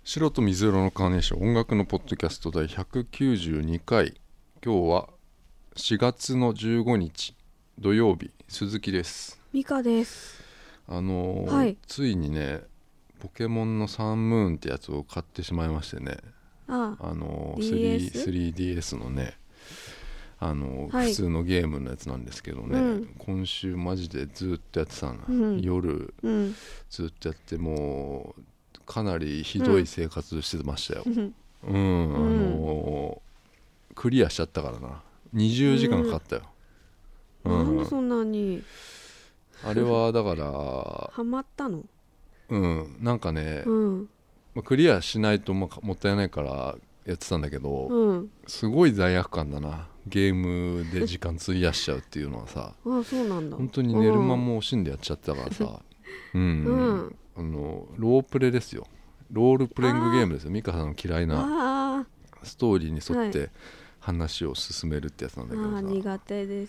白と水色のカーネーション音楽のポッドキャスト第192回。今日は4月の15日土曜日、鈴木です。 ミカです。 はい、ついにねポケモンのサンムーンってやつを買ってしまいましてね。3DS のねはい、普通のゲームのやつなんですけどね、今週マジでずっとやってたの、夜、ずっとやって、もうかなりひどい生活してましたよ。クリアしちゃったからな。20時間かかったよ。 なんでそんなに。 あれはだからハマったの？ なんかね、クリアしないともったいないからやってたんだけど、すごい罪悪感だな。ゲームで時間費やしちゃうっていうのはさそうなんだ。 本当に寝る間も惜しんでやっちゃったからさロープレですよ。ロールプレイングゲームですよ。ミカさんの嫌いなストーリーに沿って話を進めるってやつなんだけどさ、 苦手です。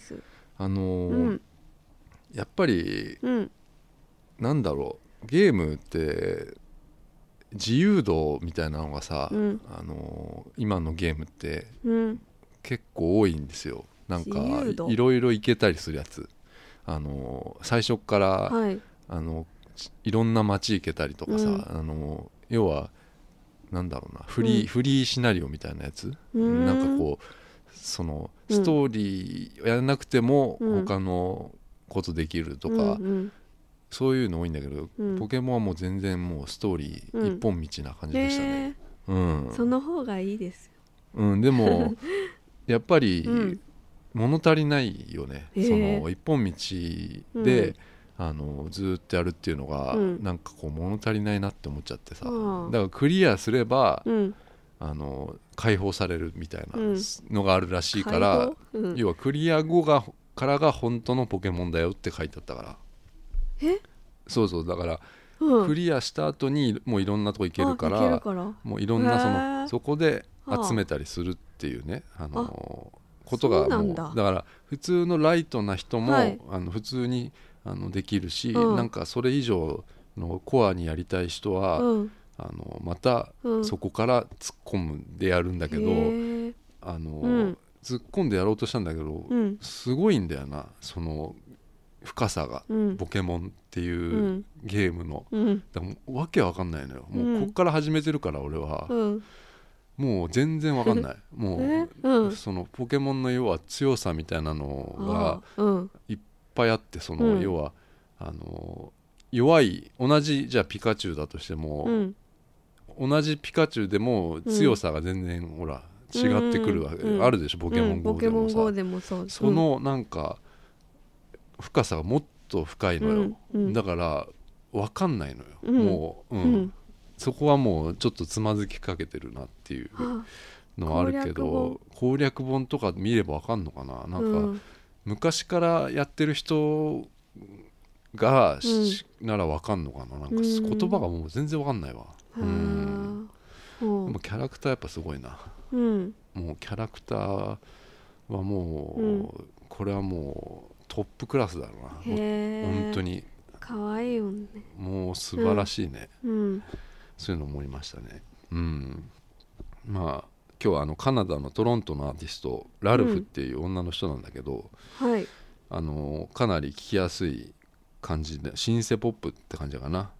やっぱり、なんだろう、ゲームって自由度みたいなのがさ、今のゲームって、結構多いんですよ。なんかいろいろいけたりするやつ、最初から、いろんな街行けたりとかさ、要はなんだろうな、フリーシナリオみたいなやつ、なんかこうそのストーリーやらなくても他のことできるとか、そういうの多いんだけど、ポケモンはもう全然もうストーリー一本道な感じでしたね。 その方がいいですよ。でもやっぱり物足りないよね。その一本道で、ずっとやるっていうのが、なんかこう物足りないなって思っちゃってさ、だからクリアすれば、解放されるみたいなのがあるらしいから、要はクリア後からが本当のポケモンだよって書いてあったから。そうだから、クリアした後にもういろんなとこ行けるから、もういろんなそこで集めたりするっていうね、ことがもうだから普通のライトな人も、普通にできるし、なんかそれ以上のコアにやりたい人は、またそこから突っ込むでやるんだけど、突っ込んでやろうとしたんだけど、すごいんだよな、その深さが、ポケモンっていうゲームの、だからもうわけわかんないのよ。もうこっから始めてるから俺は、もう全然わかんないもう、そのポケモンの要は強さみたいなのがいっぱいあって、その要は弱い、同じじゃあピカチュウだとしても、同じピカチュウでも強さが全然ほら違ってくるわけ、あるでしょ、ポケモン GO でもさ、そのなんか深さがもっと深いのよ、だから分かんないのよ、もう、そこはもうちょっとつまずきかけてるなっていうのはあるけど、攻略本とか見れば分かんのかな。なんか、昔からやってる人が、なら分かんのかな。なんか言葉がもう全然分かんないわ。でもキャラクターやっぱすごいな、もうキャラクターはもう、これはもうトップクラスだろうな。本当にかわいいよね。 もう素晴らしいね、そういうの思いましたね。まあ今日はカナダのトロントのアーティストラルフっていう女の人なんだけど、かなり聴きやすい感じでシンセポップって感じかな。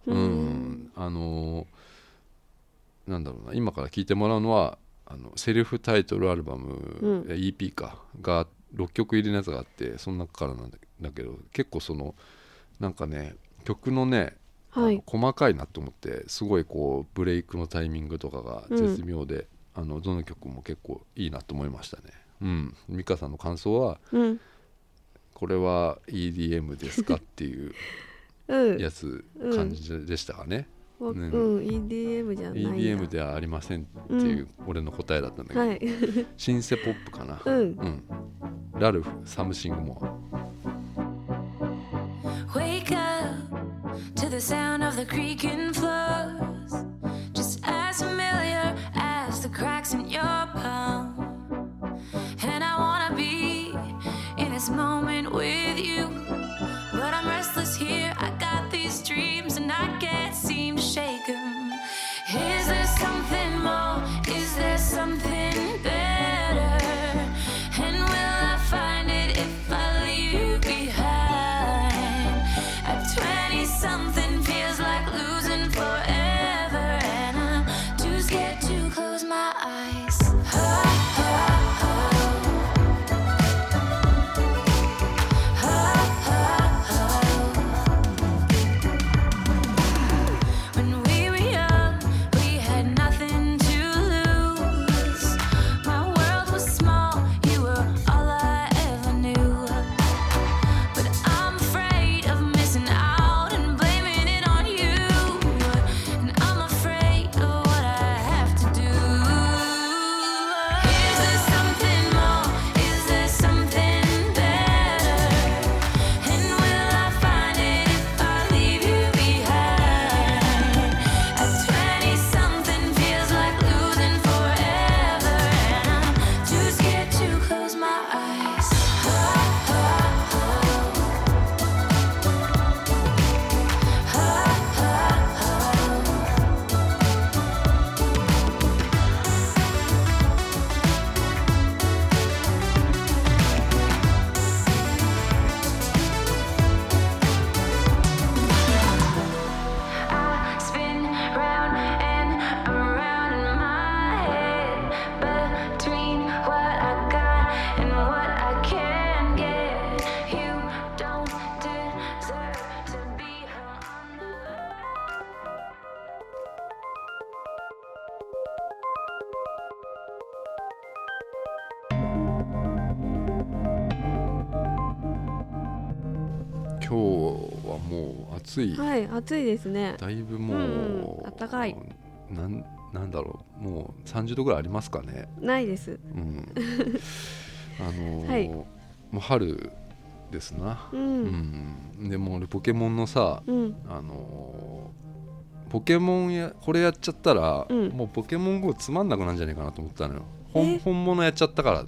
なんだろうな、今から聴いてもらうのはセルフタイトルアルバム、EP が6曲入りのやつがあって、その中からなんだけど、結構そのなんかね、曲のね、細かいなと思って、すごいこうブレイクのタイミングとかが絶妙で、どの曲も結構いいなと思いましたね。ミカさんの感想は、これは EDM ですかっていうやつ感じでしたかね。 EDM じゃないんだ。 EDM ではありませんっていう俺の答えだったんだけど、シンセポップかな。ラルフ、サムシングモア。 Wake up to the sound of the creaking floors, just as familiar as the cracks in your palm. And I wanna be in this moment with you, but I'm restless here. I got these dreams and I can't seem to shake them. Is there some 日はもう暑い、 はい、暑いですね。 だいぶもう、 暖かい。 なんだろう、もう30度ぐらいありますかね。 ないです。はい、 もう春ですな。でも俺ポケモンのさ、ポケモンこれやっちゃったら、もうポケモン GO つまんなくなるんじゃないかなと思ったのよ。本物やっちゃったからさ、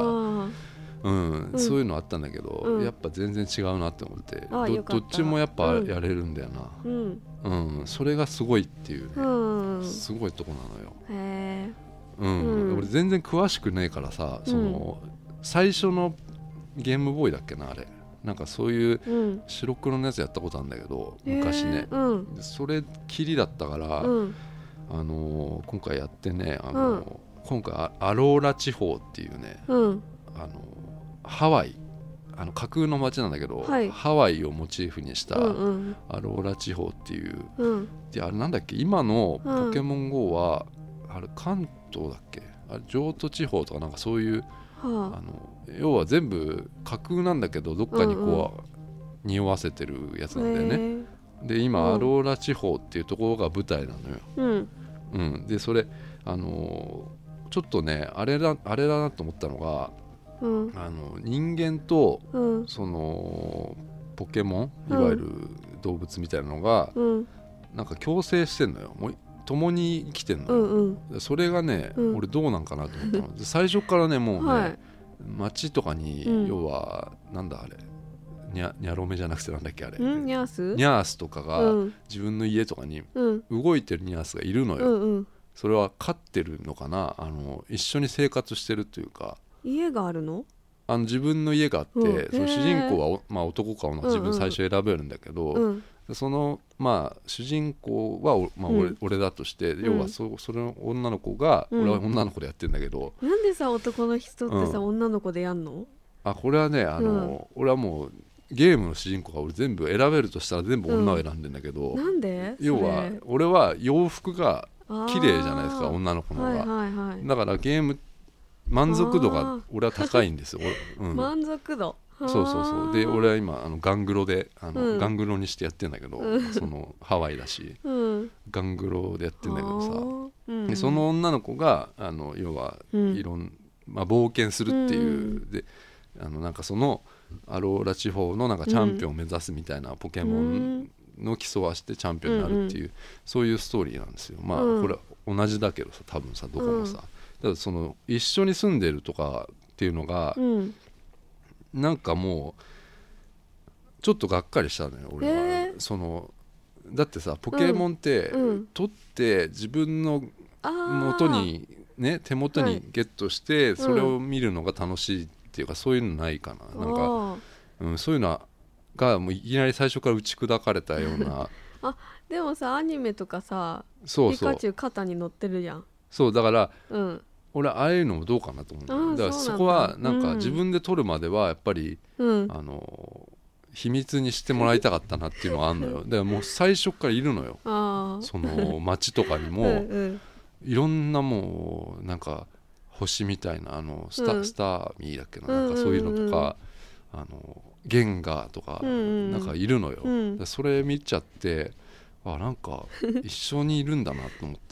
そういうのあったんだけど、やっぱ全然違うなって思って、どっちもやっぱやれるんだよな。それがすごいっていうね、すごいとこなのよ。俺全然詳しくないからさ、その最初のゲームボーイだっけな、あれなんかそういう白黒のやつやったことあるんだけど、昔ね、それきりだったから、今回やってね、今回アローラ地方っていうね、ハワイ、架空の街なんだけど、ハワイをモチーフにしたアローラ地方っていう、であれなんだっけ、今のポケモン GO は、あれ関東だっけ、あれ上都地方とかなんかそういう、要は全部架空なんだけど、どっかにこう、匂わせてるやつなんだよね。で今、アローラ地方っていうところが舞台なのよ。でそれちょっとねあれだなと思ったのが、人間と、そのポケモン、いわゆる動物みたいなのが、なんか共生してんのよ。もう共に生きてんのよ。それがね、俺どうなんかなと思ったの。最初からね、もうね、街とかに、要はなんだあれ、ニャロメじゃなくてなんだっけあれ、 ニャースとかが、自分の家とかに動いてるニャースがいるのよ。それは飼ってるのかな、一緒に生活してるというか。 家があるの？ 自分の家があって、その主人公は、まあ、男か女か自分最初選べるんだけど、その、まあ、主人公は、まあ俺だとして、要はその女の子が、俺は女の子でやってるんだけど、 なんでさ男の人ってさ、女の子でやんの？ これはね、俺はもうゲームの主人公が俺全部選べるとしたら全部女を選んでんだけど、 なんで？ 要は俺は洋服が綺麗じゃないですか、女の子の方が。だからゲーム満足度が俺は高いんですよ。 満足度。 そうで俺は今ガングロでガングロにしてやってんだけど、そのハワイだし、ガングロでやってんだけどさ、でその女の子が要はいろんまあ冒険するっていう、でなんかそのアローラ地方のなんかチャンピオンを目指すみたいな、ポケモンの競わしてチャンピオンになるっていう、そういうストーリーなんですよ。まあこれ同じだけどさ、多分さどこもさ、だからその一緒に住んでるとかっていうのが、なんかもうちょっとがっかりしたのよ俺は。そのだってさポケモンって、取って自分の元にね、手元にゲットして、それを見るのが楽しいっていうか、そういうのないかな。なんか、そういうのがもういきなり最初から打ち砕かれたようなでもさアニメとかさ、 ピカチュウ肩に乗ってるじゃん。 そうだから、俺ああいうのもどうかなと思うんだよ。だからそこはなんか自分で撮るまではやっぱり、秘密にしてもらいたかったなっていうのがあるのよ。だからもう最初からいるのよ。その街とかにもいろんなもうなんか星みたいなスターミーだっけな、なんかそういうのとか、ゲンガーとかなんかいるのよ。それ見ちゃって、なんか一緒にいるんだなと思って、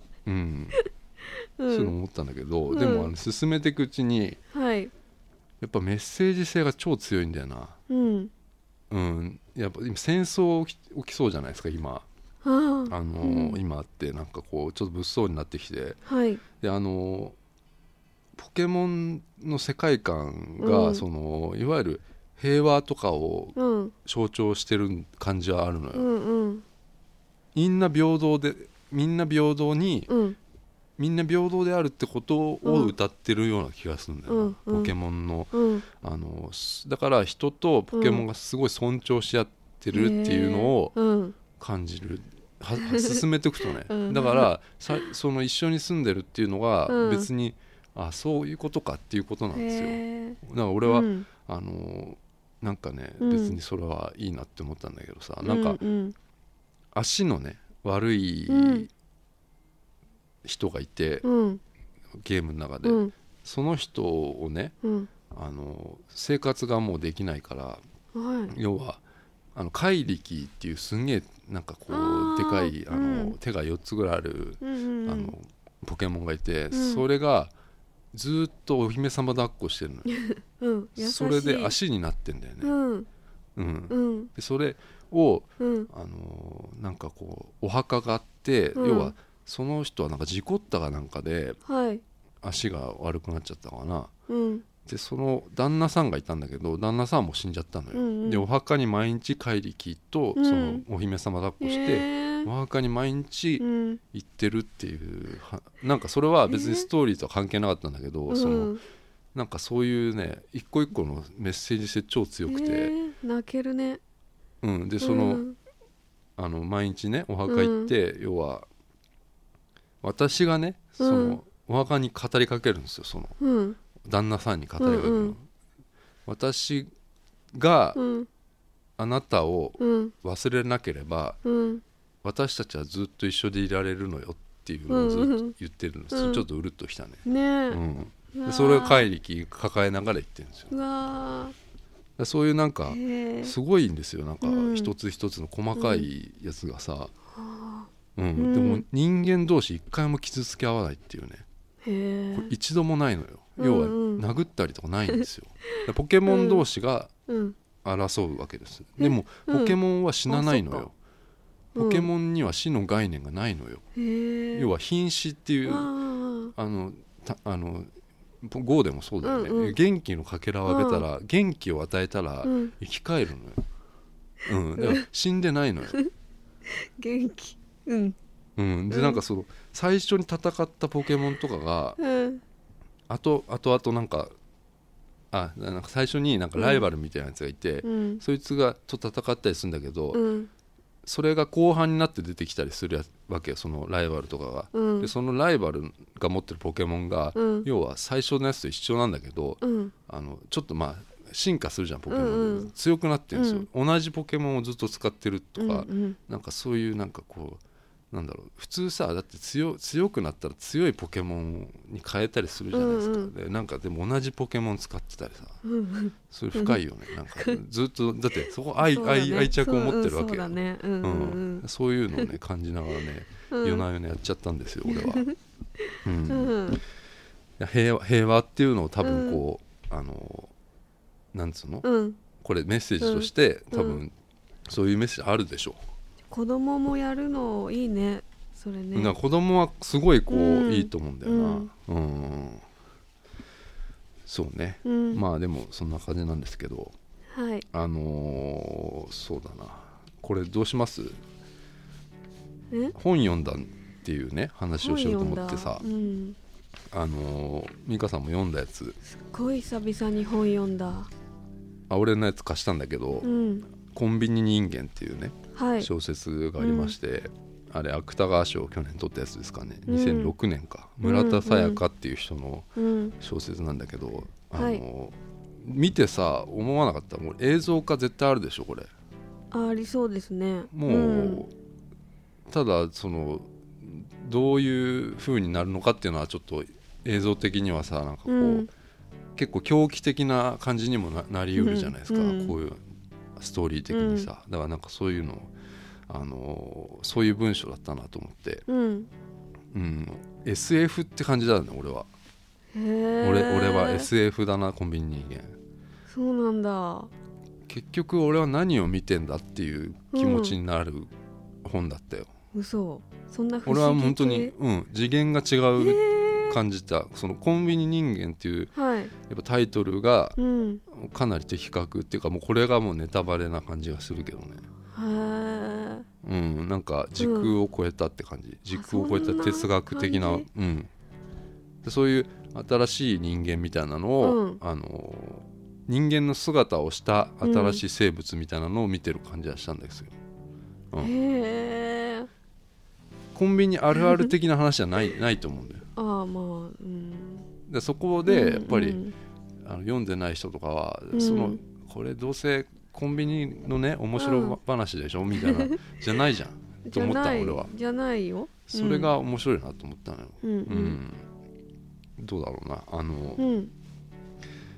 そういうの思ったんだけど、でも進めていくうちに、やっぱメッセージ性が超強いんだよな。やっぱ今戦争起きそうじゃないですか今。今ってなんかこうちょっと物騒になってきて、でポケモンの世界観が、そのいわゆる平和とかを象徴してる感じはあるのよ。みんな平等で、みんな平等に、みんな平等であるってことを歌ってるような気がするんだよな、ポケモンの、だから人とポケモンがすごい尊重し合ってるっていうのを感じる、進めていくとね、だからその一緒に住んでるっていうのが別に、そういうことかっていうことなんですよ。だから俺は、なんかね、別にそれはいいなって思ったんだけどさ、なんか、足のね悪い人がいて、ゲームの中で、その人をね、生活がもうできないから、要は怪力っていうすんげえなんかこうでかい手が4つぐらいある、ポケモンがいて、それがずっとお姫様抱っこしてるのよ、優しい。それで足になってんだよね、でそれを、なんかこうお墓があって、要はその人はなんか事故ったかなんかで、足が悪くなっちゃったかな、でその旦那さんがいたんだけど、旦那さんも死んじゃったのよ、でお墓に毎日怪力とそのお姫様抱っこして、お墓に毎日行ってるっていう、なんかそれは別にストーリーとは関係なかったんだけど、そのなんかそういうね一個一個のメッセージ性超強くて、 泣けるね。 でその、毎日ねお墓行って、要は私がねその、お墓に語りかけるんですよ、その、旦那さんに語りかけるの、私が、あなたを忘れなければ、私たちはずっと一緒でいられるのよっていうのをずっと言ってるんです、ちょっとうるっときたね。でそれを怪力抱えながら言ってるんですよ。 うわそういうなんかすごいんですよ、なんか一つ一つの細かいやつがさ、でも人間同士一回も傷つけ合わないっていうね、これ一度もないのよ。要は殴ったりとかないんですよ。ポケモン同士が争うわけです。でもポケモンは死なないのよ。ポケモンには死の概念がないのよ。要は瀕死っていうGO でもそうだよね、元気のかけらをあげたら、元気を与えたら生き返るのよ、だから死んでないのよ元気、 でなんかその最初に戦ったポケモンとかが、あとなんか最初になんかライバルみたいなやつがいて、そいつがと戦ったりするんだけど、それが後半になって出てきたりするわけよ、そのライバルとかが、でそのライバルが持ってるポケモンが、要は最初のやつと一緒なんだけど、ちょっとまあ進化するじゃんポケモン、強くなってるんですよ、同じポケモンをずっと使ってるとか、なんかそういうなんかこうなんだろう、普通さだって強くなったら強いポケモンに変えたりするじゃないですか、でなんかでも同じポケモン使ってたりさ、それ深いよね、なんかずっとだってそこ愛着を持ってるわけよ、そういうのをね感じながらね、夜な夜なやっちゃったんですよ俺は、平和っていうのを多分こう、なんつうの、これメッセージとして多分そういうメッセージあるでしょう。 子供もやるのいいね、それね。 なんか子供はすごいこう、いいと思うんだよな、そうね、まあでもそんな感じなんですけど、そうだな、これどうします？本読んだっていうね話をしようと思ってさ、美香さんも読んだやつ、 すっごい久々に本読んだ。 俺のやつ貸したんだけど、コンビニ人間っていうね、小説がありまして、あれ芥川賞を去年取ったやつですかね、2006年か、村田沙耶香っていう人の小説なんだけど、見てさ思わなかった？もう映像化絶対あるでしょこれ。 ありそうですね。 もう、ただそのどういう風になるのかっていうのはちょっと映像的にはさなんかこう、結構狂気的な感じにも なりうるじゃないですか、こういうストーリー的にさ、だからなんかそういうのそういう文章だったなと思って、SF って感じだよね俺は。俺は SF だな、コンビニ人間。 そうなんだ。 結局俺は何を見てんだっていう気持ちになる本だったよ。 嘘、そんな不思議系。 俺は本当に、次元が違う感じた。そのコンビニ人間っていう、やっぱタイトルがかなり的確っていうか、もうこれがもうネタバレな感じがするけどね。なんか時空を超えたって感じ、時空を超えた哲学的な、そういう新しい人間みたいなのを、人間の姿をした新しい生物みたいなのを見てる感じがしたんですよ。コンビニあるある的な話じゃないと思うんだよ。でそこでやっぱり、読んでない人とかは、これどうせコンビニのね面白話でしょ、みたいなじゃないじゃんと思った俺は。 じゃないよ。 それが面白いなと思ったのよ。どうだろうな、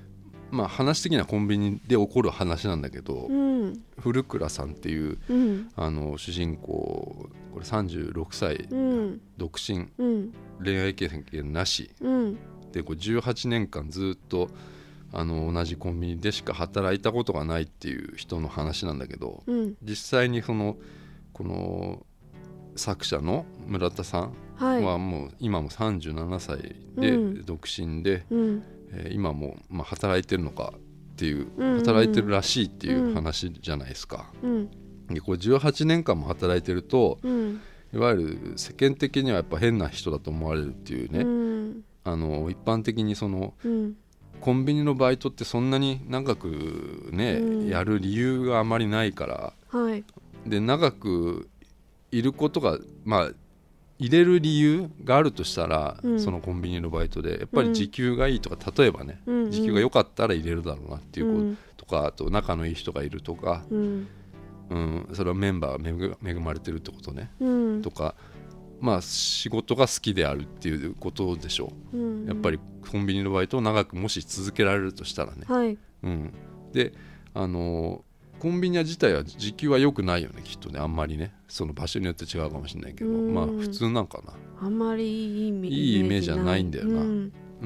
まあ話的にはコンビニで起こる話なんだけど、 うん、 古倉さんっていう、 うん、 主人公、これ36歳、 うん、 独身、 うん、 恋愛経験なし、 うん、 でこう18年間ずっと同じコンビニでしか働いたことがないっていう人の話なんだけど、 うん、 実際にこの作者の村田さんはもう今も37歳で独身で、 うん、 今もまあ働いてるのかっていう、 うん、 働いてるらしいっていう話じゃないですか、 うん、 でこれ18年間も働いてると、 うん、 いわゆる世間的にはやっぱ変な人だと思われるっていうね、 うん、 一般的にその、 うん、 コンビニのバイトってそんなに長くね、 うん、 やる理由があまりないから、 はい、 で長くいることがまあ入れる理由があるとしたら、 うん、 そのコンビニのバイトでやっぱり時給がいいとか、例えばね、 うん、 時給が良かったら入れるだろうなっていうこととか、 うん、 あと仲のいい人がいるとか、 うんうん、それはメンバーが恵まれてるってことね、 うん、 とか、まあ仕事が好きであるっていうことでしょう、うん、やっぱりコンビニのバイトを長くもし続けられるとしたらね、 はい、 うん、でコンビニ自体は時給は良くないよねきっとね、あんまりね、その場所によって違うかもしれないけど、まあ普通なんかな、 あんまりいいイメージじゃないんだよな、うんうん、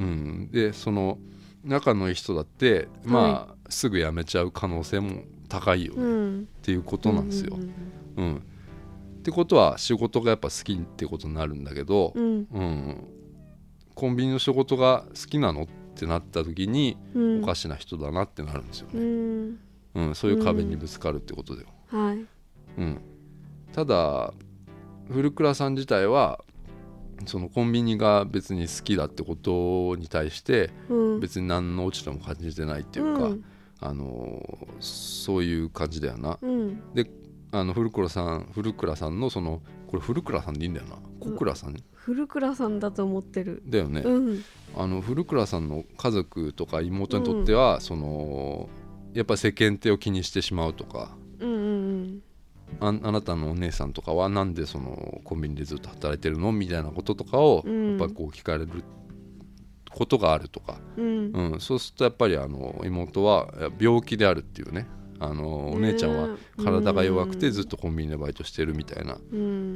でその仲のいい人だって、まあ、はい、すぐ辞めちゃう可能性も高いよね、うん、っていうことなんですよ、うん、ってことは仕事がやっぱ好きってことになるんだけど、うんうん、コンビニの仕事が好きなのってなった時に、おかしな人だなってなるんですよね、うんうん、そういう壁にぶつかるってことだよ、 はい、 うん、ただ古倉さん自体はそのコンビニが別に好きだってことに対して別に何の落ち度も感じてないっていうか、そういう感じだよな、で古倉さんのその、これ古倉さんでいいんだよな、小倉さん、 古倉さんだと思ってるだよね、古倉さんの家族とか妹にとっては、そのやっぱり世間体を気にしてしまうとか、あなたのお姉さんとかはなんでそのコンビニでずっと働いてるのみたいなこととかをやっぱこう聞かれることがあるとか、そうするとやっぱり妹は病気であるっていうね、お姉ちゃんは体が弱くてずっとコンビニでバイトしてるみたいな、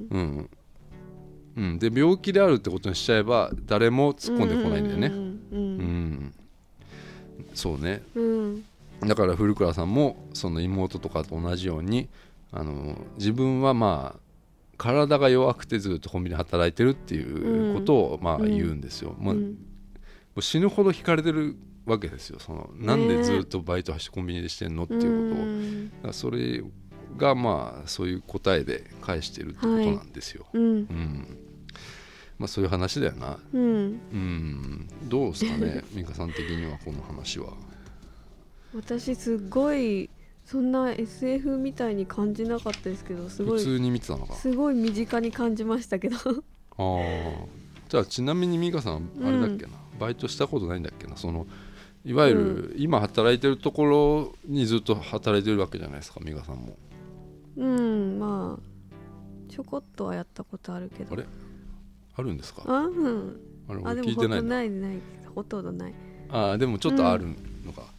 で病気であるってことにしちゃえば誰も突っ込んでこないんだよね、そうね、だから古倉さんもその妹とかと同じように自分はまあ体が弱くてずっとコンビニで働いてるっていうことをまあ言うんですよ、もう死ぬほど惹かれてるわけですよ、そのなんでずっとバイトしてコンビニでしてんのっていうことを、だからそれがまあそういう答えで返してるってことなんですよ、まあ、そういう話だよな、どうですかね美香さん的にはこの話は。 私すごいそんな SF みたいに感じなかったですけど、すごい普通に見てたのか、 すごい身近に感じましたけどじゃあちなみに美香さんあれだっけな、バイトしたことないんだっけな、そのいわゆる今働いてるところにずっと働いてるわけじゃないですか美香さんも。 まあちょこっとはやったことあるけど。 あれあるんですか。 あれ俺聞いてないな。ないほとんどない。 でもちょっとあるのか、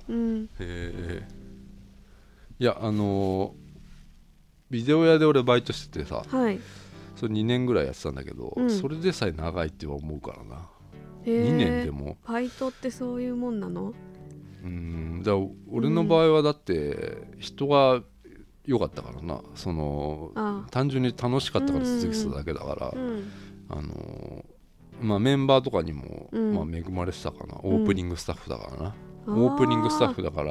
いやビデオ屋で俺バイトしててさ、それ2年ぐらいやってたんだけど、それでさえ長いって思うからな、2年でも。 バイトってそういうもんなの？ だから俺の場合はだって人が良かったからな、その単純に楽しかったから続けてただけだから、まあ、メンバーとかにも、まあ、恵まれてたかな、オープニングスタッフだからな、オープニングスタッフだから、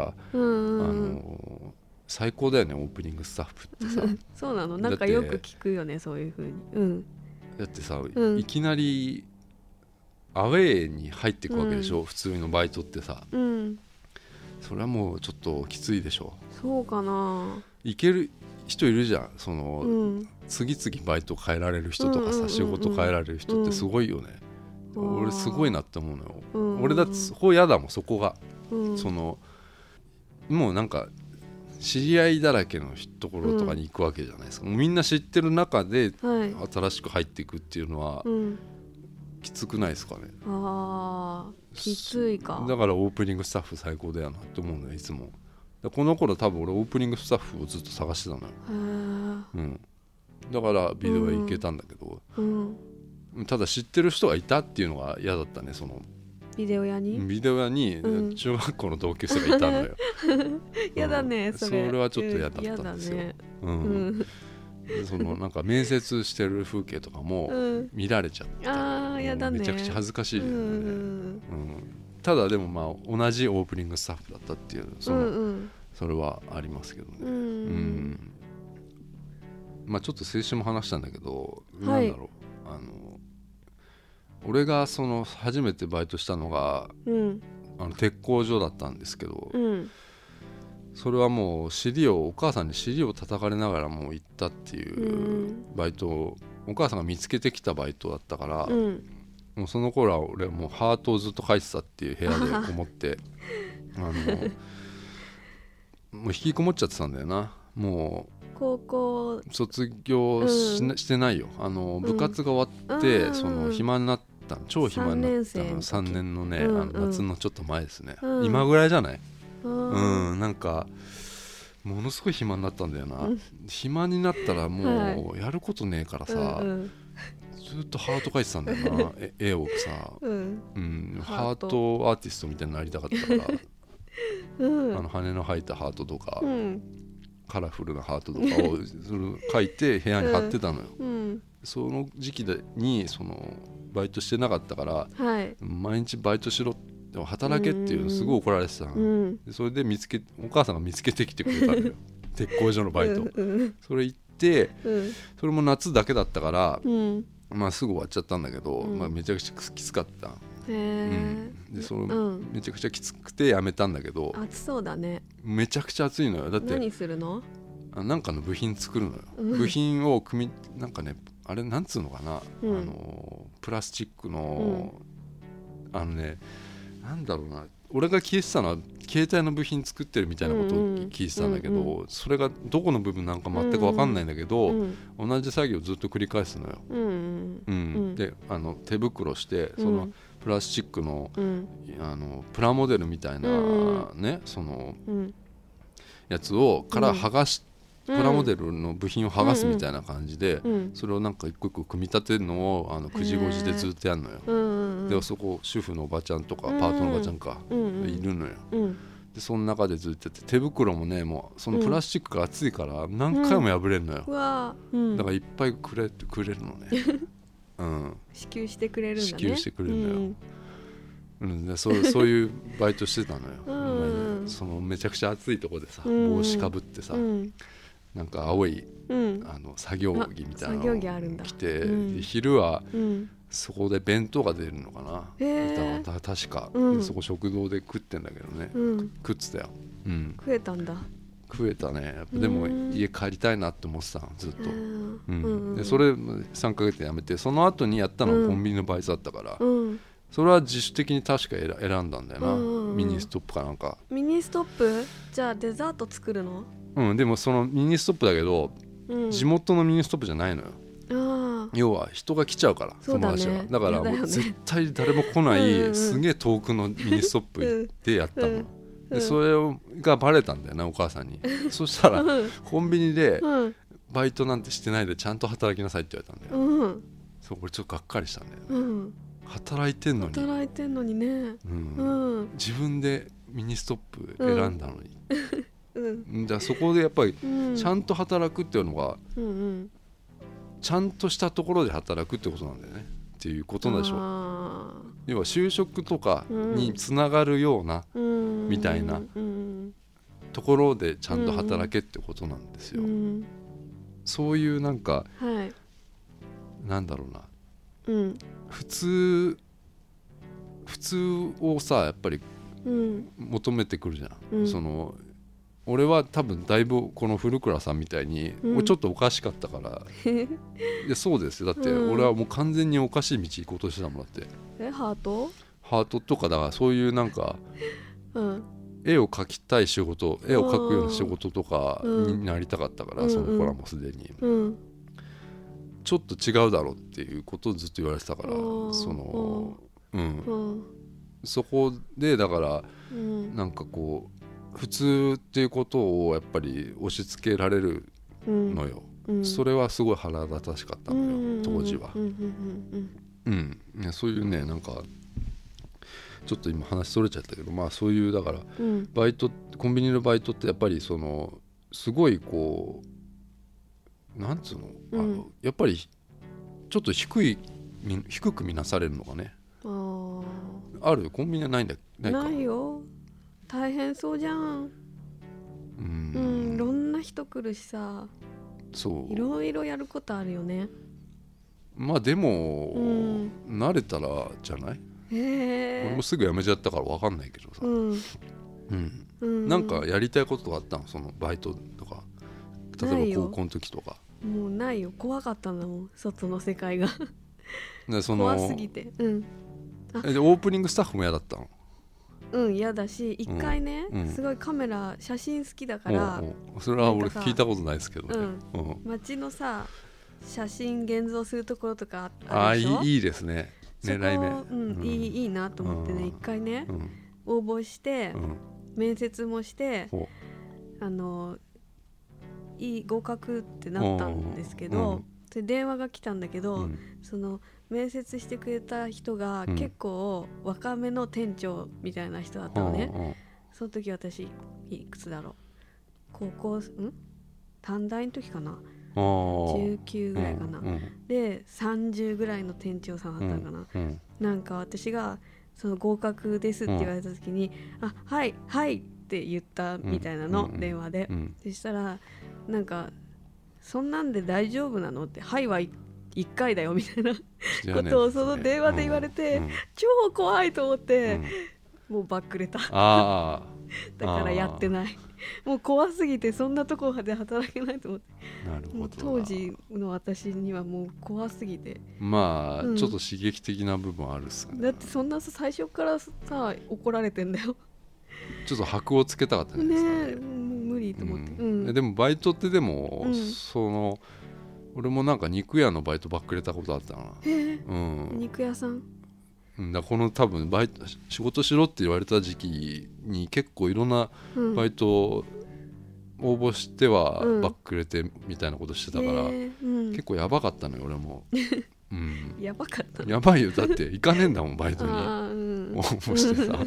最高だよねオープニングスタッフってさそうなの、なんかよく聞くよねそういう風に、 だってさ、いきなりアウェーに入っていくわけでしょ、普通のバイトってさ、それはもうちょっときついでしょ。 そうかな、 いける人いるじゃん、その、次々バイト変えられる人とかさ、仕事変えられる人ってすごいよね、俺すごいなって思うのよ、俺だってそこ嫌だもん、そこが、そのもうなんか知り合いだらけのところとかに行くわけじゃないですか、もうみんな知ってる中で新しく入っていくっていうのは、 きつくないですかね。 あーきついか。 だからオープニングスタッフ最高だよなって思うんだよいつも。この頃多分俺オープニングスタッフをずっと探してたのよ、うん、だからビデオ屋行けたんだけど、うんうん、ただ知ってる人がいたっていうのが嫌だったね。そのビデオ屋に中学校の同級生がいたのよ嫌だね、 それはちょっと嫌だったんですよ、 ね、 うんそのなんか面接してる風景とかも見られちゃった、 あ、やだね、 めちゃくちゃ恥ずかしいよね、うんただでもまあ同じオープニングスタッフだったっていうそれはありますけどね、うんまあちょっと先週も話したんだけど、はい、なんだろう、俺がその初めてバイトしたのが、鉄工所だったんですけど、それはもうお母さんに尻を叩かれながらもう行ったっていうバイトをお母さんが見つけてきたバイトだったから、もうその頃は俺はもうハートをずっと書いてたっていう部屋でこもってもう引きこもっちゃってたんだよな。もう高校卒業してないよ。部活が終わって、その暇になった超暇になった3年のね、夏のちょっと前ですね、今ぐらいじゃない、なんかものすごい暇になったんだよな、暇になったらもうやることねえからさ、ずっとハート描いてたんだよな絵をさ、ハートアーティストみたいになりたかったから羽の生えたハートとか、カラフルなハートとかを描いて部屋に貼ってたのよ、その時期にそのバイトしてなかったから、毎日バイトしろって働けっていうのすごい怒られてたの、それでお母さんが見つけてきてくれたのよ鉄工所のバイト、それ行って、それも夏だけだったから、まあすぐ終わっちゃったんだけど、まあ、めちゃくちゃきつかった。でそのめちゃくちゃきつくて辞めたんだけど、 暑そうだね。 めちゃくちゃ暑いのよ。だって何するの？ なんかの部品作るのよ、部品をなんかね、あれなんつうのかな、プラスチックの、なんだろうな、俺が聞いてたのは携帯の部品作ってるみたいなことを聞いてたんだけど、それがどこの部分なんか全く分かんないんだけど、同じ作業をずっと繰り返すのよ、で手袋してそのプラスチックの、プラモデルみたいなね、そのやつをから剥がし、プラモデルの部品を剥がすみたいな感じで、それをなんか一個一個組み立てるのを9時5時でずっとやるのよ、でそこ主婦のおばちゃんとかパートのおばちゃんか、いるのよ、でその中でずっとやって、手袋もね、もうそのプラスチックが厚いから何回も破れるのよ、だからいっぱいくれるのね支給してくれるんだね。 支給してくれるんだよ、でそういうバイトしてたのよ、そのめちゃくちゃ暑いとこでさ、帽子かぶってさ、なんか青い、作業着みたいなのを着て、昼は、そこで弁当が出るのかな、確か、そこ食堂で食ってんだけどね、食ってたよ、 食えたんだ。 食えたね。でも家帰りたいなって思ってたのずっと、でそれ3ヶ月で辞めて、その後にやったのはコンビニのバイトだったから、それは自主的に確か選んだんだよな、ミニストップかなんか。 ミニストップ？じゃあデザート作るの？ でもそのミニストップだけど、地元のミニストップじゃないのよ、要は人が来ちゃうから、友達が。だからもう絶対誰も来ないすげえ遠くのミニストップでやったの、でそれがバレたんだよな、お母さんに。そしたらコンビニでバイトなんてしてないでちゃんと働きなさいって言われたんだよ、そう、俺ちょっとがっかりしたんだよね、働いてんのにね、自分でミニストップ選んだのに、じゃあそこでやっぱりちゃんと働くっていうのが、ちゃんとしたところで働くってことなんだよねっていうことでしょ。要は就職とかにつながるような、みたいなところでちゃんと働けってことなんですよ、そういうなんか、なんだろうな、普通をさ、やっぱり求めてくるじゃん、その俺は多分だいぶこの古倉さんみたいに、ちょっとおかしかったからいやそうですよ、だって俺はもう完全におかしい道行こうとしてたもん。だってハートとか、だからそういうなんか、絵を描きたい仕事、絵を描くような仕事とかになりたかったから、その頃はもうすでに、 ちょっと違うだろうっていうことをずっと言われてたから、そこでだから、なんかこう普通っていうことをやっぱり押し付けられるのよ、それはすごい腹立たしかったのよ、当時は。そういうね、なんかちょっと今話それちゃったけど、まあそういうだからバイト、コンビニのバイトってやっぱりそのすごいこうなんつうの、やっぱりちょっと低く見なされるのがね。ある？コンビニはないんだ？ ないよ。大変そうじゃん。いろんな人来るしさ、そういろいろやることあるよね。 まあでも、慣れたらじゃない？俺もすぐ辞めちゃったから分かんないけどさ、なんかやりたいこととかあったの？そのバイトとか、例えば高校の時とか。 もうないよ、怖かったんだもん、外の世界がその怖すぎて。 でオープニングスタッフも嫌だったの？ 嫌だし、一回ね、すごい写真好きだから、 それは俺聞いたことないですけどね、 街のさ写真現像するところとかあるでしょ。 いいですね、狙い目。 いいなと思ってね、一回ね、応募して、面接もして合格ってなったんですけど、で電話が来たんだけど、その面接してくれた人が結構若めの店長みたいな人だったのね。その時私いくつだろう、高校短大の時かな、19ぐらいかな、で30ぐらいの店長さんだったのかな、なんか私がその合格ですって言われた時に、はいはいって言ったみたいなの、電話で、そしたらなんかそんなんで大丈夫なのって、はいは1回だよみたいなことをその電話で言われて、超怖いと思って、もうバックれた。だからやってない。もう怖すぎてそんなところで働けないと思って。 なるほど。 もう当時の私にはもう怖すぎて、 まあ、ちょっと刺激的な部分あるっすね。 だってそんな最初からさ怒られてんだよ。 ちょっと箔をつけたかったんですかね。 もう無理と思って、 でもバイトってでも、俺もなんか肉屋のバイトばっくれたことあったな。 肉屋さん。 だこの多分仕事しろって言われた時期に結構いろんなバイトを応募してはばっくれてみたいなことしてたから、結構やばかったのよ俺も。 やばかった。 やばいよ、だって行かねえんだもんバイトに応募してさ。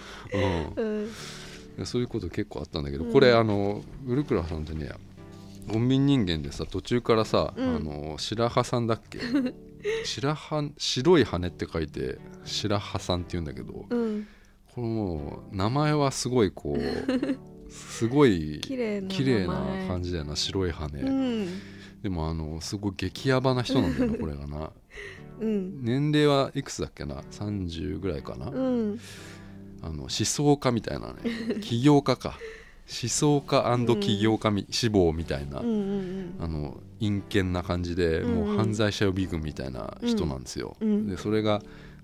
そういうこと結構あったんだけど、これウルクラさんってね、コンビニ人間でさ、途中からさ、白羽さんだっけ白い羽って書いて白羽さんって言うんだけど、これもう名前はすごいこうすごい綺麗な感じだよな、白い羽、でもすごい激ヤバな人なんだよなこれがな、年齢はいくつだっけな、30ぐらいかな、思想家みたいなね、起業家か思想家&起業家志望みたいな、陰険な感じで、もう犯罪者予備軍みたいな人なんですよ、でそれが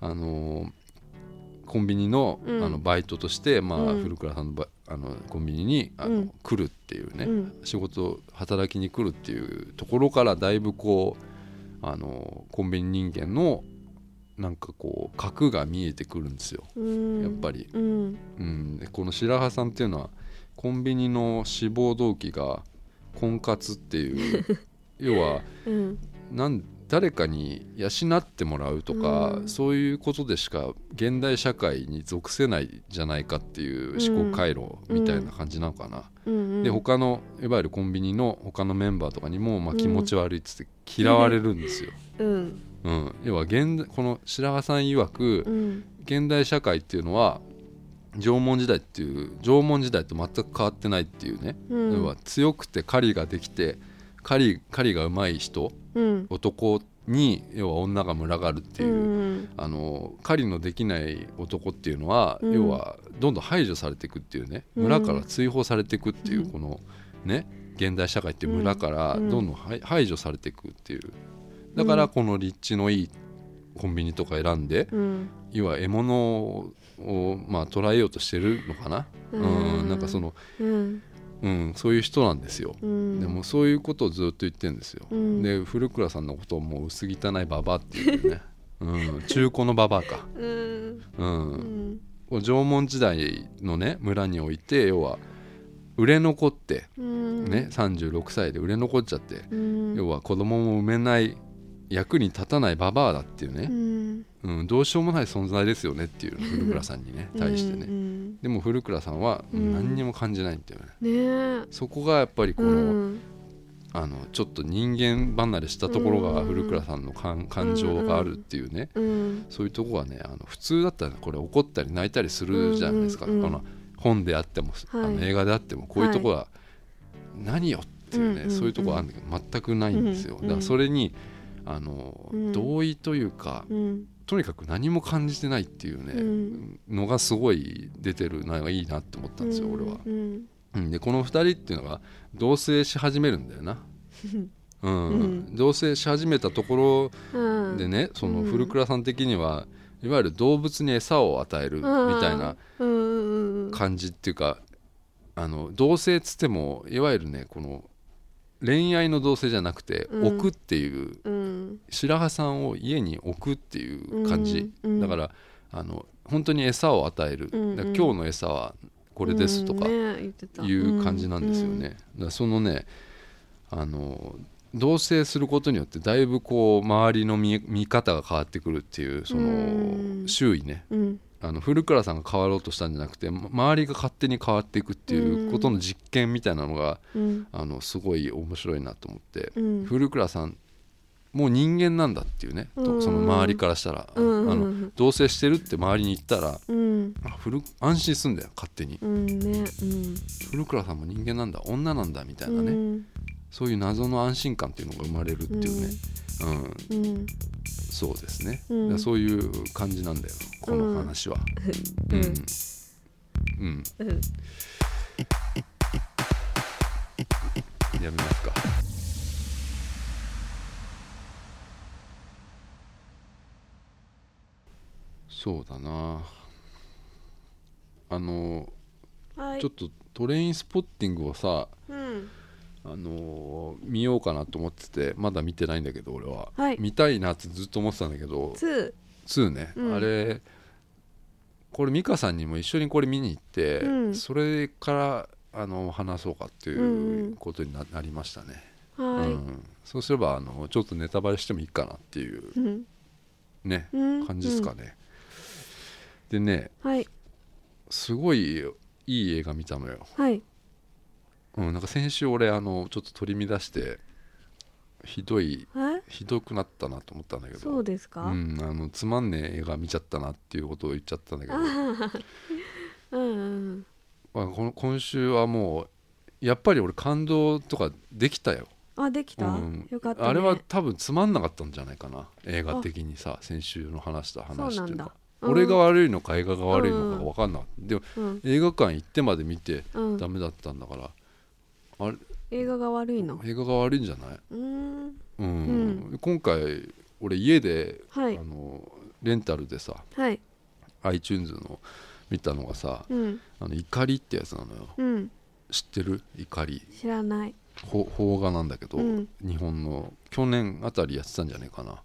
コンビニの、バイトとして、古倉さんのコンビニに来るっていうね、仕事働きに来るっていうところからだいぶこうコンビニ人間のなんかこう核が見えてくるんですよ、やっぱり、でこの白羽さんっていうのはコンビニの志望動機が婚活っていう要は、誰かに養ってもらうとか、そういうことでしか現代社会に属せないじゃないかっていう思考回路みたいな感じなのかな、で他のいわゆるコンビニの他のメンバーとかにも、気持ち悪いっつって嫌われるんですよ、要はこの白羽さん曰く、現代社会っていうのは縄文時代と全く変わってないっていうね、要は強くて狩りができて狩りが上手い人、男に要は女が群がるっていう、狩りのできない男っていうのは、要はどんどん排除されていくっていうね、村から追放されていくっていう、このね現代社会っていう村からどんどん排除されていくっていう、だからこの立地のいいコンビニとか選んで、要は獲物を捉えようとしてるのかな、なんかその、 そういう人なんですよ、 うん、 でもそういうことをずっと言ってるんですよ、 うん、 で古倉さんのことをもう薄汚いババアっていうね、中古のババアか、縄文時代のね村において要は売れ残って、ね、36歳で売れ残っちゃって、要は子供も産めない役に立たないババアだっていうね、どうしようもない存在ですよねっていう古倉さんにね対してね、でも古倉さんは何にも感じないんだよね、そこがやっぱりこの、ちょっと人間離れしたところが古倉さんの感情があるっていうね、そういうところがね普通だったらこれ怒ったり泣いたりするじゃないですか、この本であっても、映画であってもこういうところは何よっていうね、そういうところあるんだけど全くないんですよ。だからそれに同意というか、とにかく何も感じてないっていうね、のがすごい出てるのがいいなって思ったんですよ、俺は。でこの2人っていうのが同棲し始めるんだよな、同棲し始めたところでね、その古倉さん的にはいわゆる動物に餌を与えるみたいな感じっていうか、同棲っつってもいわゆるねこの恋愛の同棲じゃなくて置くっていう、白羽さんを家に置くっていう感じ、だから本当に餌を与える、だから今日の餌はこれですとかいう感じなんですよね、だからそのね同棲することによってだいぶこう周りの見方が変わってくるっていう、その周囲ね、古倉さんが変わろうとしたんじゃなくて周りが勝手に変わっていくっていうことの実験みたいなのが、すごい面白いなと思って、古倉さんもう人間なんだっていうね、その周りからしたら、同棲してるって周りに言ったら、安心すんだよ勝手に、古倉さんも人間なんだ女なんだみたいなね、そういう謎の安心感っていうのが生まれるっていうね、そうですね、そういう感じなんだよこの話は。やめますか。そうだな、ちょっとトレインスポッティングをさ、見ようかなと思っててまだ見てないんだけど俺は、見たいなってずっと思ってたんだけど2ね、あれこれ美香さんにも一緒にこれ見に行って、それから話そうかっていうことに なりましたね、そうすればちょっとネタバレしてもいいかなっていう、ね、感じですかね、でね、すごいいい映画見たのよ、なんか先週俺ちょっと取り乱してひどくなったなと思ったんだけど、 そうですか、 つまんねえ映画見ちゃったなっていうことを言っちゃったんだけど今週はもうやっぱり俺感動とかできたよ。 できた、よかったね。 あれは多分つまんなかったんじゃないかな映画的にさ、先週の話した話っていうのは俺が悪いのか映画が悪いのかが分かんなかった、でも、映画館行ってまで見てダメだったんだから、あれ映画が悪いの？ 映画が悪いんじゃない？今回俺家で、レンタルでさ、iTunes の見たのがさ、怒りってやつなのよ、知ってる？怒り知らない。 邦画なんだけど、日本の去年あたりやってたんじゃないかな。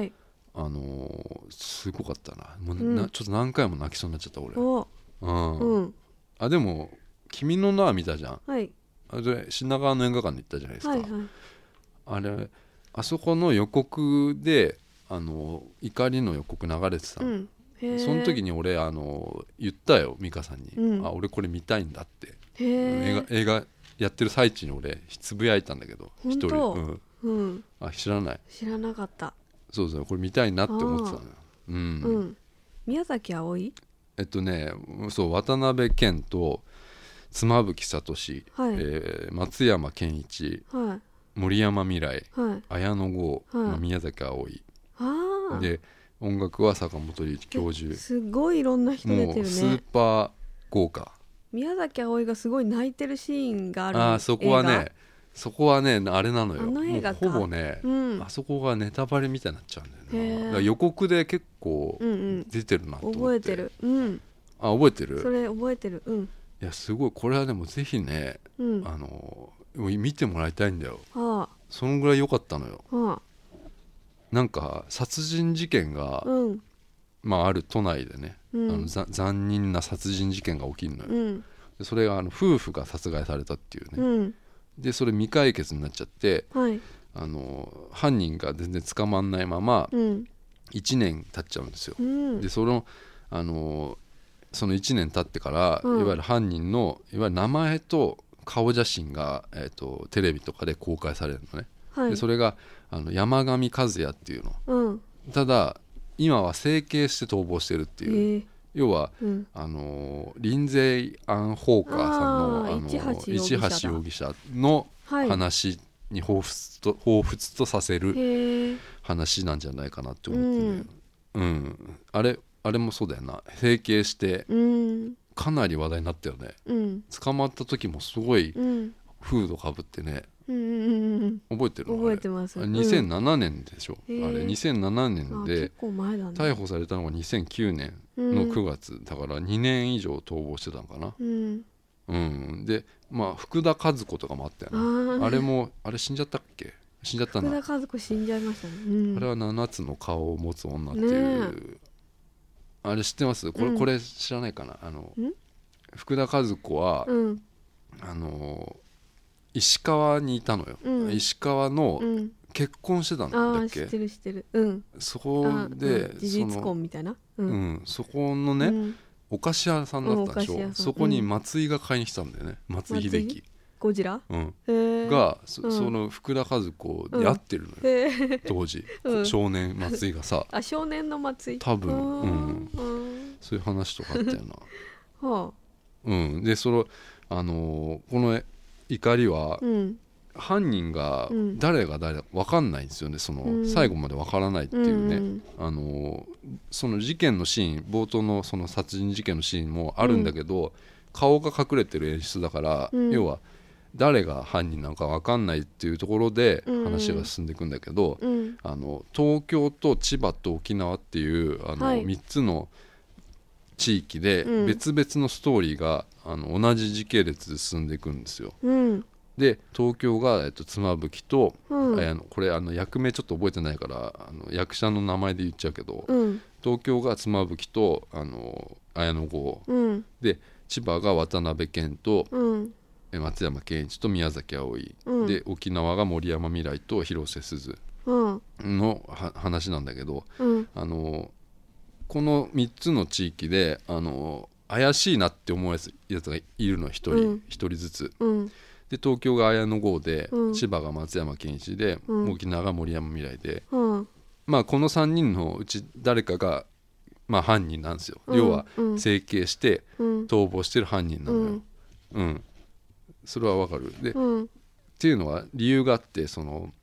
すごかったな、もうちょっと何回も泣きそうになっちゃった俺。でも君の名は見たじゃん、あれ品川の映画館に行ったじゃないですか、あそこの予告で怒りの予告流れてたの、その時に俺言ったよ美香さんに、俺これ見たいんだって、映画やってる最中に俺つぶやいたんだけど一人、知らない？ 知らなかった。 そうそう、これ見たいなって思ってたのよ。 宮崎あおい？ そう渡辺謙と妻夫木聡、松山ケンイチ、森山未來、綾野剛、宮崎あおいで、音楽は坂本龍一教授。 すごいいろんな人出てるね。 もうスーパー豪華。 宮崎あおいがすごい泣いてるシーンがある。 そこはねあれなのよ。 あの映画か。 ほぼね、あそこがネタバレみたいになっちゃうんだよね。だから予告で結構出てるなと思って。 覚えてる。 覚えてる？ それ覚えてる。 いやすごい、これはでもぜひね見てもらいたいんだよ、 はあ、 そのぐらい良かったのよ、 はあ、 なんか殺人事件が、ある都内でね、残忍な殺人事件が起きるのよ、でそれが夫婦が殺害されたっていうね、でそれ未解決になっちゃって、はい、犯人が全然捕まんないまま1年経っちゃうんですよ、でその1年経ってから、いわゆる犯人のいわゆる名前と顔写真が、テレビとかで公開されるのね、はい、でそれが山上和也っていうの、ただ今は整形して逃亡してるっていう、要は、リンゼイ・アン・ホーカーさんの市橋容疑者の話に彷彿とさせる話なんじゃないかなって思ってね、あれもそうだよな、整形してかなり話題になったよね、捕まった時もすごいフードかぶってね、覚えてるの？ 覚えてます。 2007年でしょ、あれ2007年で逮捕されたのが2009年の9月だから2年以上逃亡してたのかな、で福田和子とかもあったよね、あれ死んじゃったっけ？死んじゃったな。 福田和子死んじゃいましたね、 あれは7つの顔を持つ女っていう、あれ知ってます？これ知らないかな、福田和子は、石川にいたのよ、石川の結婚してたんだっけ？ 知ってる、 そこで事実婚みたいな、 そこのね、お菓子屋さんだったでしょ、そこに松井が買いに来たんだよね、松井秀喜ゴジラ、 がその福田和子に会ってるのよ、当時、少年松井がさ、 少年の松井多分、そういう話とかあったよな、でこの怒りは、犯人が誰が誰だか分かんないんですよね、最後まで分からないっていうね、その事件のシーン、冒頭のその殺人事件のシーンもあるんだけど、顔が隠れてる演出だから、要は誰が犯人なのか分かんないっていうところで話が進んでいくんだけど、東京と千葉と沖縄っていう3つの地域で別々のストーリーが同じ時系列で進んでいくんですよ、で東京が、妻夫木と、これ役名ちょっと覚えてないから役者の名前で言っちゃうけど、東京が妻夫木と綾野剛、で千葉が渡辺謙と、松山ケンイチと宮崎あおい、で沖縄が森山未來と広瀬すずの話なんだけど、この3つの地域で怪しいなって思うやつがいるの、一人ずつ、で東京が綾野剛で、千葉が松山ケンイチで、沖縄が森山未来で、この3人のうち誰かが、犯人なんですよ、要は整形して逃亡してる犯人なのよ、それはわかる。で、っていうのは理由があって、この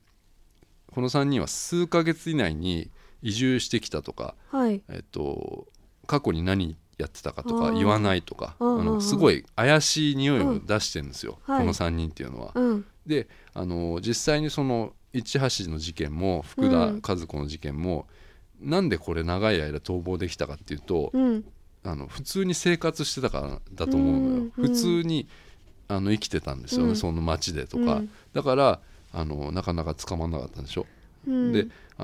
3人は数ヶ月以内に移住してきたとか、過去に何やってたかとか言わないとか、すごい怪しい匂いを出してるんですよ、この3人っていうのは、で実際にその市橋の事件も福田和子の事件も、なんでこれ長い間逃亡できたかっていうと、普通に生活してたからだと思うのよ、普通に生きてたんですよね、その町でとか、だからなかなか捕まんなかったんでしょ、で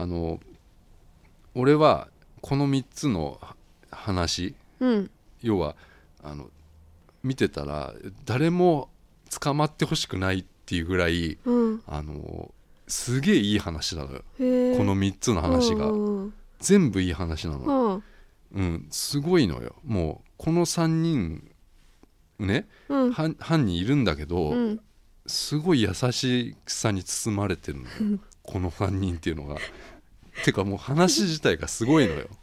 俺はこの3つの話、要は見てたら誰も捕まってほしくないっていうぐらい、すげえいい話なのよ、この3つの話が、全部いい話なの、すごいのよ。もうこの3人ね、犯人いるんだけど、すごい優しさに包まれてるのよこの3人っていうのが。てかもう話自体がすごいのよ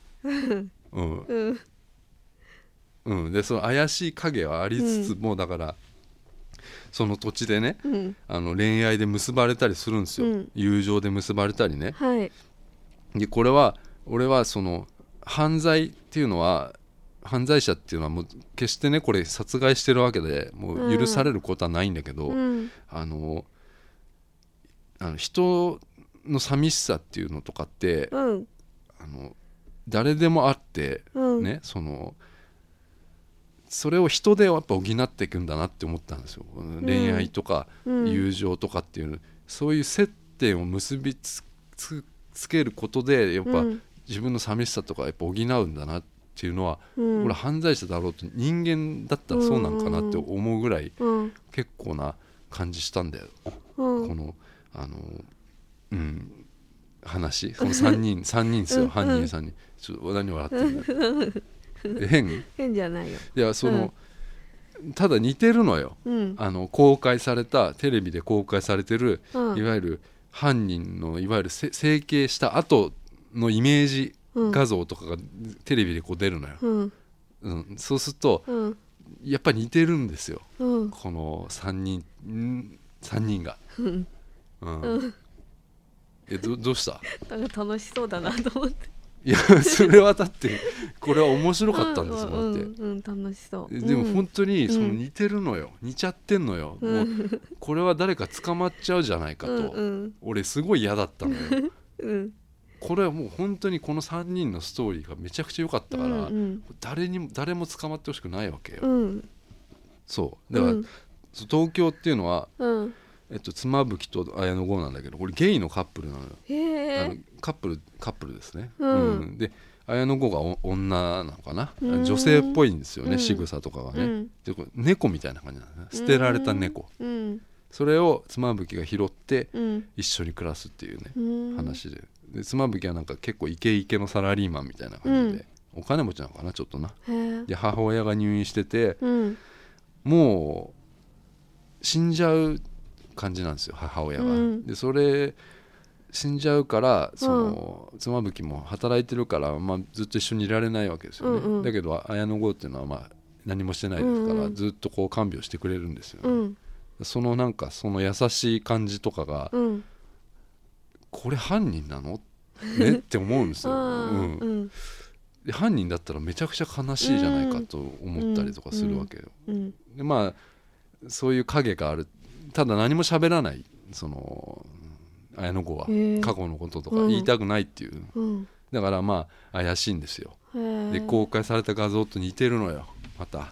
でその怪しい影はありつつも、だからその土地でね、恋愛で結ばれたりするんですよ、友情で結ばれたりね、でこれは俺はその犯罪っていうのは、犯罪者っていうのはもう決してね、これ殺害してるわけでもう許されることはないんだけど、人の寂しさっていうのとかって、誰でもあって、ね、そのそれを人でやっぱ補っていくんだなって思ったんですよ、恋愛とか友情とかっていう、そういう接点を結びつけることでやっぱ自分の寂しさとかやっぱ補うんだなっていうのは、俺犯罪者だろうと人間だったらそうなんかなって思うぐらい結構な感じしたんだよ、この話、その3人ですよ、犯人3人。ちょっと何笑ってるんだ変じゃないよ。 いやただ似てるのよ、公開されたテレビで公開されてる、いわゆる犯人のいわゆる整形した後のイメージ画像とかがテレビでこう出るのよ、そうすると、やっぱり似てるんですよ、この3人が、どうした？ なんか楽しそうだなと思って。 いやそれはだってこれは面白かったんですもん、だって、 楽しそう。 でも本当にその似てるのよ、似ちゃってんのよ、もうこれは誰か捕まっちゃうじゃないかと、俺すごい嫌だったのよ、これはもう本当にこの3人のストーリーがめちゃくちゃ良かったから、誰も捕まってほしくないわけよ、そうだから、東京っていうのは、妻夫木と綾野剛なんだけど、これゲイのカップルなのよ、カップルですね、で綾野剛が女なのかな、女性っぽいんですよね、仕草とかがね、でこれ猫みたいな感じなんだね、捨てられた猫、それを妻夫木が拾って一緒に暮らすっていうね、話で、妻夫木はなんか結構イケイケのサラリーマンみたいな感じで、お金持ちなのかなちょっとな、で母親が入院してて、もう死んじゃう感じなんですよ母親が、でそれ死んじゃうからその、妻夫木も働いてるから、ずっと一緒にいられないわけですよね、だけど綾野剛っていうのは何もしてないですから、ずっとこう看病してくれるんですよね、そのなんかその優しい感じとかが、これ犯人なのねって思うんですよ、で犯人だったらめちゃくちゃ悲しいじゃないかと思ったりとかするわけよ、でそういう影がある。ただ何も喋らない、その綾野剛は過去のこととか言いたくないっていう、だから怪しいんですよ、で公開された画像と似てるのよまた、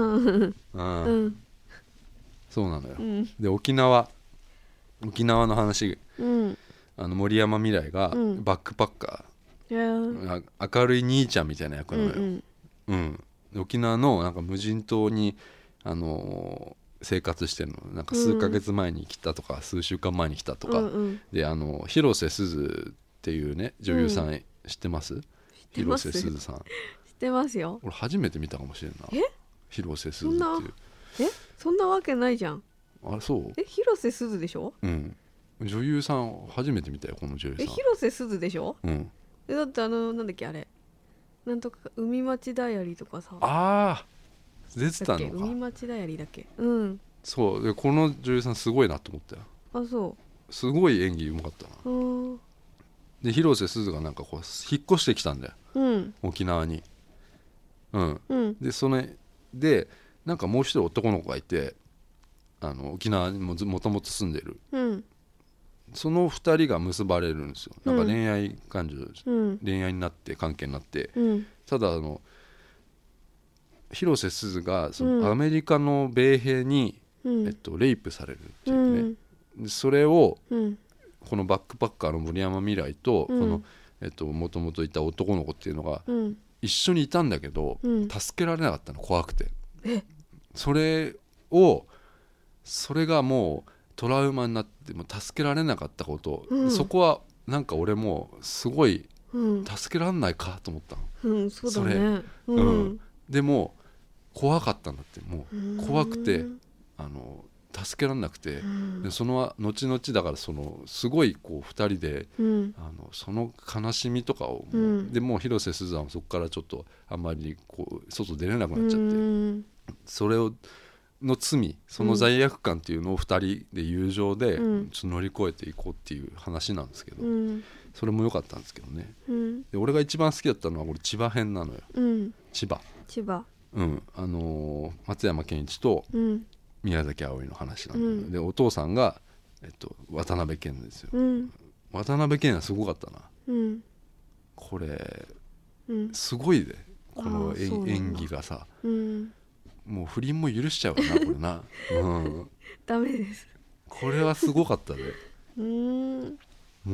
そうなのよ、で沖縄の話、森山未來がバックパッカー、明るい兄ちゃんみたいな役なのよ、沖縄のなんか無人島に生活してるの、なんか数ヶ月前に来たとか、数週間前に来たとか、で広瀬すずっていうね女優さん、知ってます？広瀬すずさん知ってますよ。 俺初めて見たかもしれんな、広瀬すずっていう。 そんなわけないじゃん。 あ、そう？ 広瀬すずでしょ？ 女優さん初めて見たよ、この女優さん。 広瀬すずでしょ？だってなんだっけあれ、なんとか海町ダイアリーとかさ、 出てたのか。 海町ダイアリーだっけ。 そうで、この女優さんすごいなと思ったよ。 そうすごい演技うまかったな。で広瀬すずがなんかこう引っ越してきたんだよ、沖縄に。でそれでなんかもう一人男の子がいて、沖縄にもともと住んでる、その2人が結ばれるんですよ。なんか恋愛感情、恋愛になって関係になって、ただ広瀬すずがそのアメリカの米兵に、レイプされるっていうね、でそれを、このバックパッカーの森山未來と、このもともといた男の子っていうのが、一緒にいたんだけど、助けられなかったの、怖くて。それがもうトラウマになっても助けられなかったこと、そこはなんか俺もすごい助けられないかと思ったの、 そうだね。 でも怖かったんだって、もう怖くて助けられなくて、でその後々だからすごいこう2人で、その悲しみとかを、でもう広瀬すずはそこからちょっとあんまりこう外出れなくなっちゃって、それの罪、その罪悪感っていうのを2人で友情でちょっと乗り越えていこうっていう話なんですけど、それも良かったんですけどね。で俺が一番好きだったのはこれ千葉編なのよ、千葉、松山ケンイチと宮崎あおいの話なんだよ、でお父さんが、渡辺謙ですよ、渡辺謙はすごかったな、これ、すごいでこの演技がさ、 もう不倫も許しちゃうかなこれな、うん、 ダメです。 これはすごかったでもう、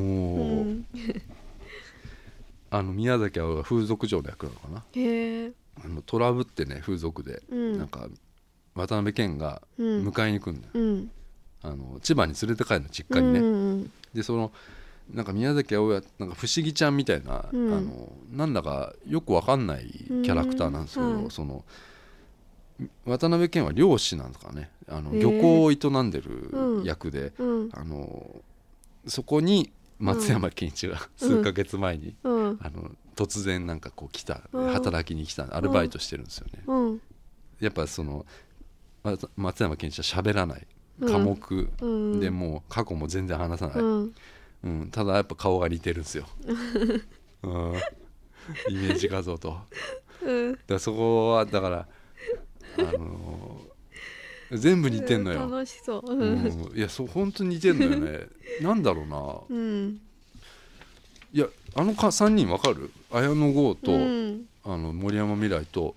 宮崎あおいが風俗嬢の役なのかな。 へえ。 トラブってね風俗で、なんか渡辺謙が迎えに行くんだよ、千葉に連れて帰るの実家にね、でそのなんか宮崎あおいはなんか不思議ちゃんみたいな、なんだかよくわかんないキャラクターなんですけど、その渡辺謙は漁師なんですかね、漁港を営んでる役で、そこに松山ケンイチが数ヶ月前に、突然なんかこう来た、働きに来たアルバイトしてるんですよね、やっぱその松山ケンイチは喋らない寡黙、でもう過去も全然話さない、ただやっぱ顔が似てるんですよ、イメージ画像と、だからそこはだから全部似てんのよ、 楽しそう、 いやそう本当に似てんのよねなんだろうな、いや3人わかる？綾野剛と、森山未來と、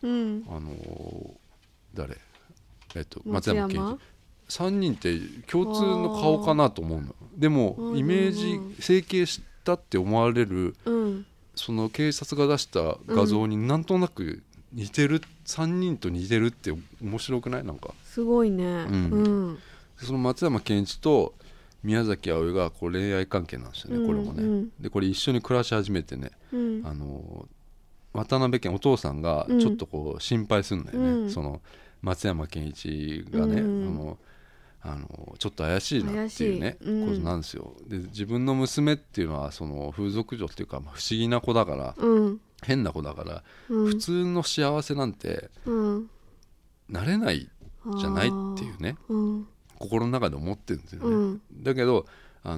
誰松山ケンイチ、3人って共通の顔かなと思うの。でもイメージ整形したって思われる、その警察が出した画像になんとなく似てる、3人と似てるって面白くない？なんかすごいね、 その松山ケンイチと宮崎あおいがこう恋愛関係なんですよね、これもね、でこれ一緒に暮らし始めてね、渡辺謙お父さんがちょっとこう心配するんだよね、その松山ケンイチがね、ちょっと怪しいなっていうね、ことなんですよ。で自分の娘っていうのはその風俗嬢っていうか、不思議な子だから、変な子だから、普通の幸せなんてなれないじゃないっていうね、心の中で思ってるんですよね、だけど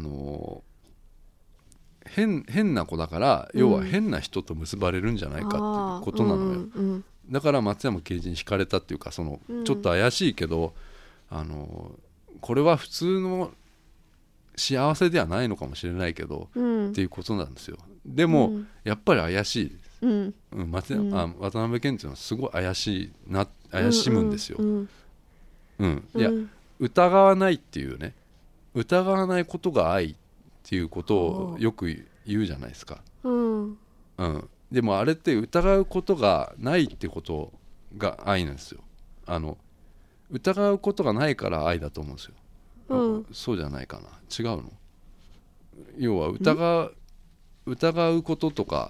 変な子だから、要は変な人と結ばれるんじゃないかっていうことなのよ、だから松山ケンイチに惹かれたっていうか、そのちょっと怪しいけど、これは普通の幸せではないのかもしれないけど、っていうことなんですよ。でも、やっぱり怪しいです、渡辺謙っていうのはすごい怪しむんですよ、いや疑わないっていうね、疑わないことが愛っていうことをよく言うじゃないですか、でもあれって疑うことがないってことが愛なんですよ。疑うことがないから愛だと思うんですよ、そうじゃないかな、違うの？要は疑うこととか、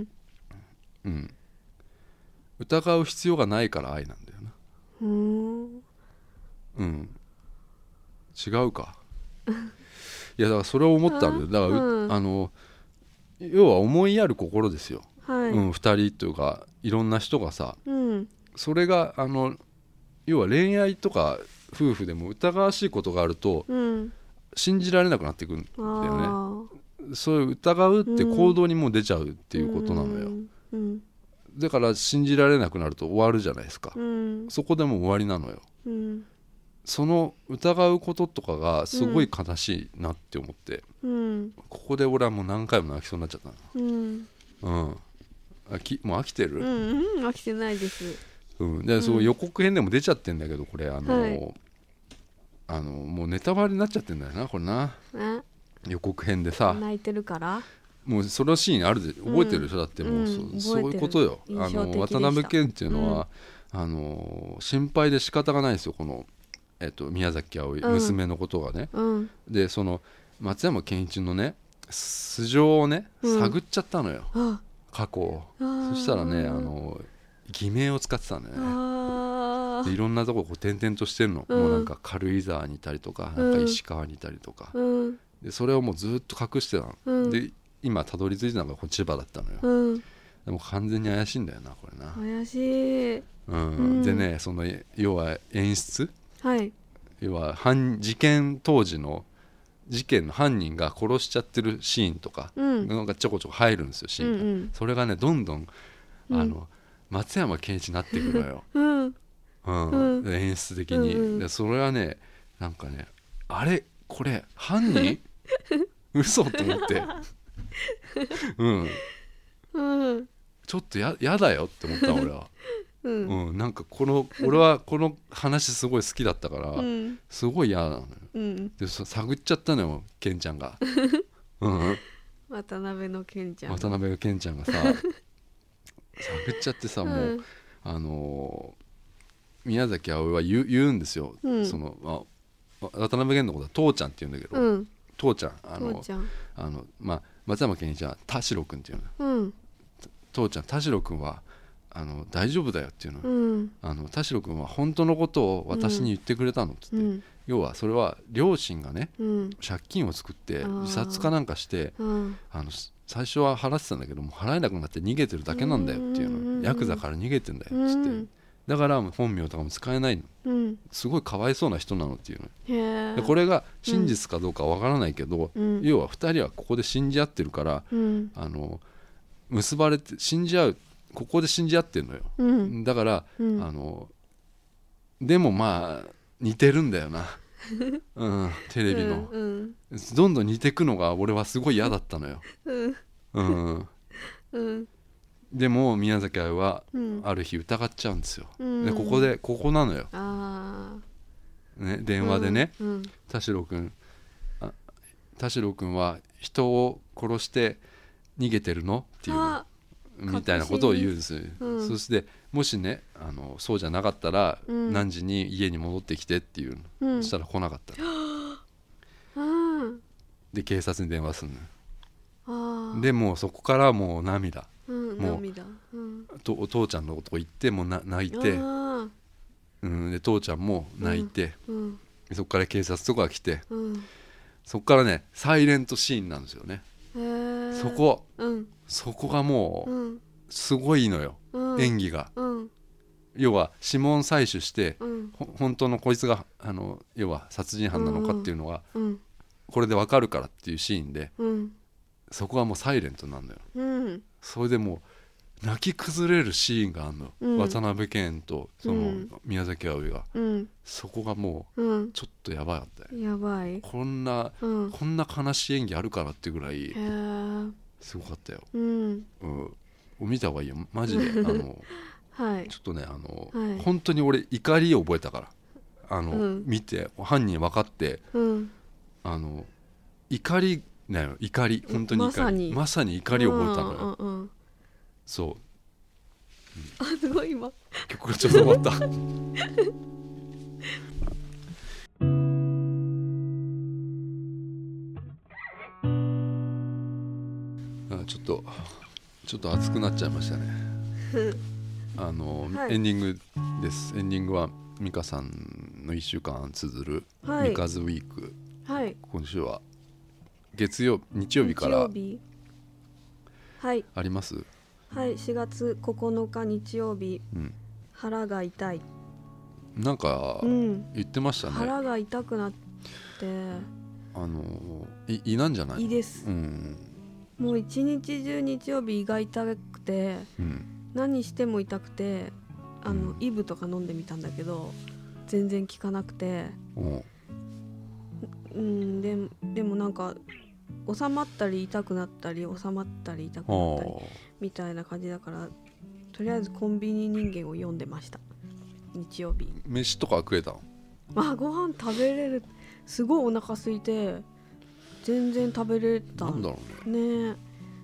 疑う必要がないから愛なんだよな。違うかいやだからそれを思ったんだよ。だから、要は思いやる心ですよ、2人というかいろんな人がさ、それが要は恋愛とか夫婦でも疑わしいことがあると、信じられなくなっていくんだよね。そういう疑うって行動にも出ちゃうっていうことなのよ、だから信じられなくなると終わるじゃないですか、そこでも終わりなのよ、その疑うこととかがすごい悲しいなって思って、ここで俺はもう何回も泣きそうになっちゃったの、もう飽きてる？ 飽きてないです、 でそう予告編でも出ちゃってんだけど、これもうネタバレになっちゃってんだよなこれな、予告編でさ、 泣いてるからもうそのシーンあるで覚えてるでしょ、だってもう、そういうことよ。渡辺謙っていうのは、心配で仕方がないですよ、この、宮崎あおい、娘のことがね、でその松山ケンイチのね素性をね、探っちゃったのよ、過去を。そしたらね偽名を使ってたんだよね。でいろんなとここう転々としてるの、もうなんか軽井沢にいたりとか、なんか石川にいたりとか、でそれをもうずっと隠してたの、で今たどり着いたのがこの千葉だったのよ、でも完全に怪しいんだよなこれな。 怪しい、 でね、その要は演出、要は事件当時の事件の犯人が殺しちゃってるシーンとか、なんかちょこちょこ入るんですよシーンが、それがねどんどん松山ケンイチになっていくのよ、演出的に、でそれはねなんかね、あれこれ犯人嘘と思ってちょっとやだよって思った俺はなんか俺はこの話すごい好きだったから、すごい嫌なのよ、で探っちゃったのよケンちゃんが渡辺のケンちゃん渡辺のケンちゃんがさ探っちゃってさ、もう宮崎あおいは言うんですよ、その渡辺謙のことは父ちゃんって言うんだけど、父ちゃん松山ケンイチは田代君っていうの、父ちゃん田代君は大丈夫だよっていうの、田代君は本当のことを私に言ってくれたのって言って、要はそれは両親がね、借金を作って自殺かなんかして、最初は払ってたんだけども払えなくなって逃げてるだけなんだよっていうの、ヤクザから逃げてんだよっつって、だから本名とかも使えないの、すごいかわいそうな人なのっていうので、これが真実かどうかわからないけど、要は2人はここで信じ合ってるから、結ばれて信じ合う、ここで信じ合ってるのよ、だから、でもまあ似てるんだよなテレビの、どんどん似てくのが俺はすごい嫌だったのよ、でも宮崎あおいはある日疑っちゃうんですよ、でここなのよ、電話でね、田代君は人を殺して逃げてるのっていうみたいなことを言うんです、そしてもしねそうじゃなかったら、何時に家に戻ってきてっていう、そしたら来なかったで警察に電話するの、でもうそこからもう涙、もうお父ちゃんのとこ行っても泣いて、で父ちゃんも泣いて、そこから警察とかが来て、そこからねサイレントシーンなんですよね、そこがもうすごいのよ、演技が、要は指紋採取して、本当のこいつが要は殺人犯なのかっていうのが、これでわかるからっていうシーンで、そこはもうサイレントなんだよ、それでもう泣き崩れるシーンがあるの、渡辺謙とその宮崎あおいが、そこがもうちょっとやばかったよ、 やばい、 こんな悲しい演技あるからってぐらいすごかったよ、見た方がいいよマジでちょっとね本当に俺怒りを覚えたから、見て犯人分かって、怒りだよ、怒り、本当に怒り、まさに怒りを覚えたのよ、そう、 すごい今曲がちょっと終わったちょっと熱くなっちゃいましたねエンディングです。エンディングは美香さんの1週間綴るミカズウィーク、今週は日曜日からあります。 4月9日日曜日、腹が痛い、 なんか言ってましたね、 腹が痛くなって、 胃なんじゃない？ 胃です、もう一日中日曜日胃が痛くて、何しても痛くてイブとか飲んでみたんだけど全然効かなくて、でもなんか収まったり痛くなったり収まったり痛くなったりみたいな感じだから、とりあえずコンビニ人間を読んでました日曜日。 飯とか食えたの？ ご飯食べれる、すごいお腹空いて全然食べれた。 なんだろうね。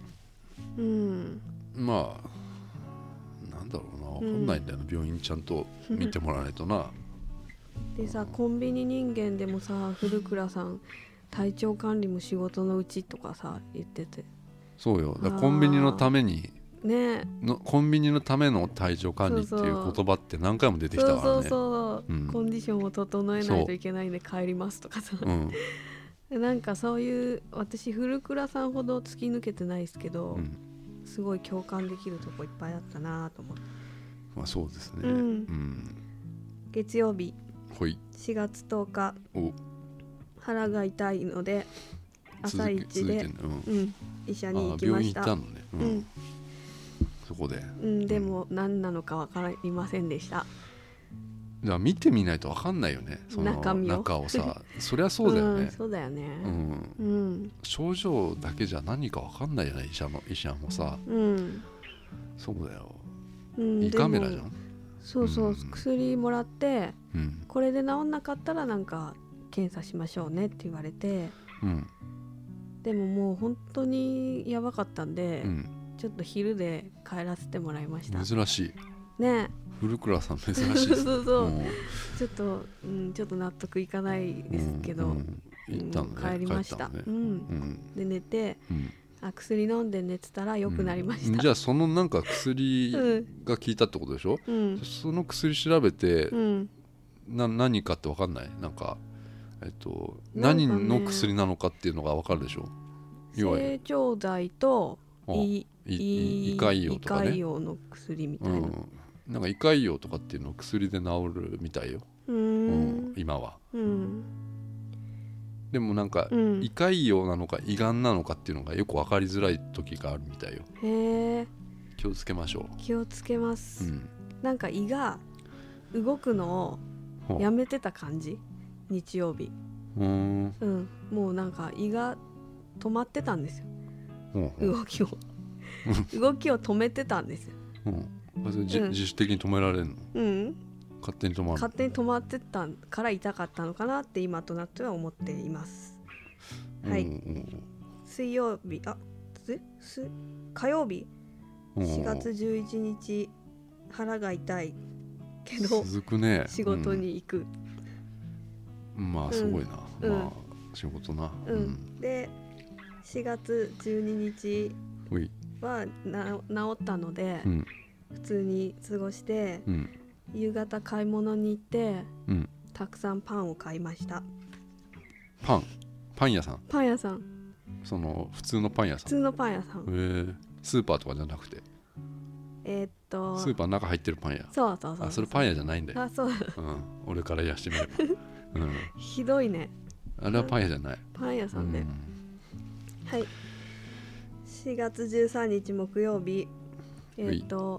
まあなんだろうな、分かんないんだよな、病院ちゃんと見てもらわないとなでさ、コンビニ人間でもさ、古倉さん体調管理も仕事のうちとかさ言ってて、 そうよ、だコンビニのためにね、 コンビニのための体調管理っていう言葉って何回も出てきたからね。 コンディションを整えないといけないんで帰りますとかさ、なんかそういう、私古倉さんほど突き抜けてないですけど、すごい共感できるとこいっぱいあったなと思って。 まあそうですね、 月曜日4月10日腹が痛いので朝一で、医者に行きました。 病院行ったのね、そこで、 でも何なのか分かりませんでした。 だから見てみないと分かんないよね、その中をさそりゃそうだよね、 そうだよね、 症状だけじゃ何か分かんないじゃない、医者もさ、そうだよ、胃カメラじゃん。 そうそう、薬もらって、 うん、 これで治んなかったらなんか検査しましょうねって言われて、 うん、 でももう本当にやばかったんで、 うん、 ちょっと昼で帰らせてもらいました。 珍しいね。 古倉さん珍しいです。 そうそう、ちょっと、ちょっと納得いかないですけど、 行ったのね、 帰りました。 ね、 で寝て、薬飲んで寝てたら良くなりました。 じゃあそのなんか薬が効いたってことでしょ、その薬調べて、何かって分かんない？なんか、何の薬なのかっていうのが分かるでしょ。 整腸剤と胃潰瘍とかね、 胃潰瘍の薬みたいな、 なんか胃潰瘍とかっていうのを薬で治るみたいよ、今は、でもなんか、胃潰瘍なのか胃がんなのかっていうのがよく分かりづらい時があるみたいよ。 へえ。 気をつけましょう。 気をつけます、なんか胃が動くのをやめてた感じ、日曜日。もうなんか胃が止まってたんですよ、動きを止めてたんですよ。 自主的に止められるの？勝手に止まる。 勝手に止まってたから痛かったのかなって今となっては思っています。はい、水曜日、火曜日、4月11日、腹が痛いけど続くね、 仕事に行く、 まあすごいな、まあ仕事な、 で4月12日は治ったので、普通に過ごして、夕方買い物に行って、たくさんパンを買いました。パン屋さん、 その普通のパン屋さん。 普通のパン屋さん、 スーパーとかじゃなくて、スーパーの中入ってるパン屋。 そうそれパン屋じゃないんだよ。 そう、 俺から言わしてみれば、 ひどいね。 あれはパン屋じゃない、 パン屋さんで、はい。4月13日木曜日、13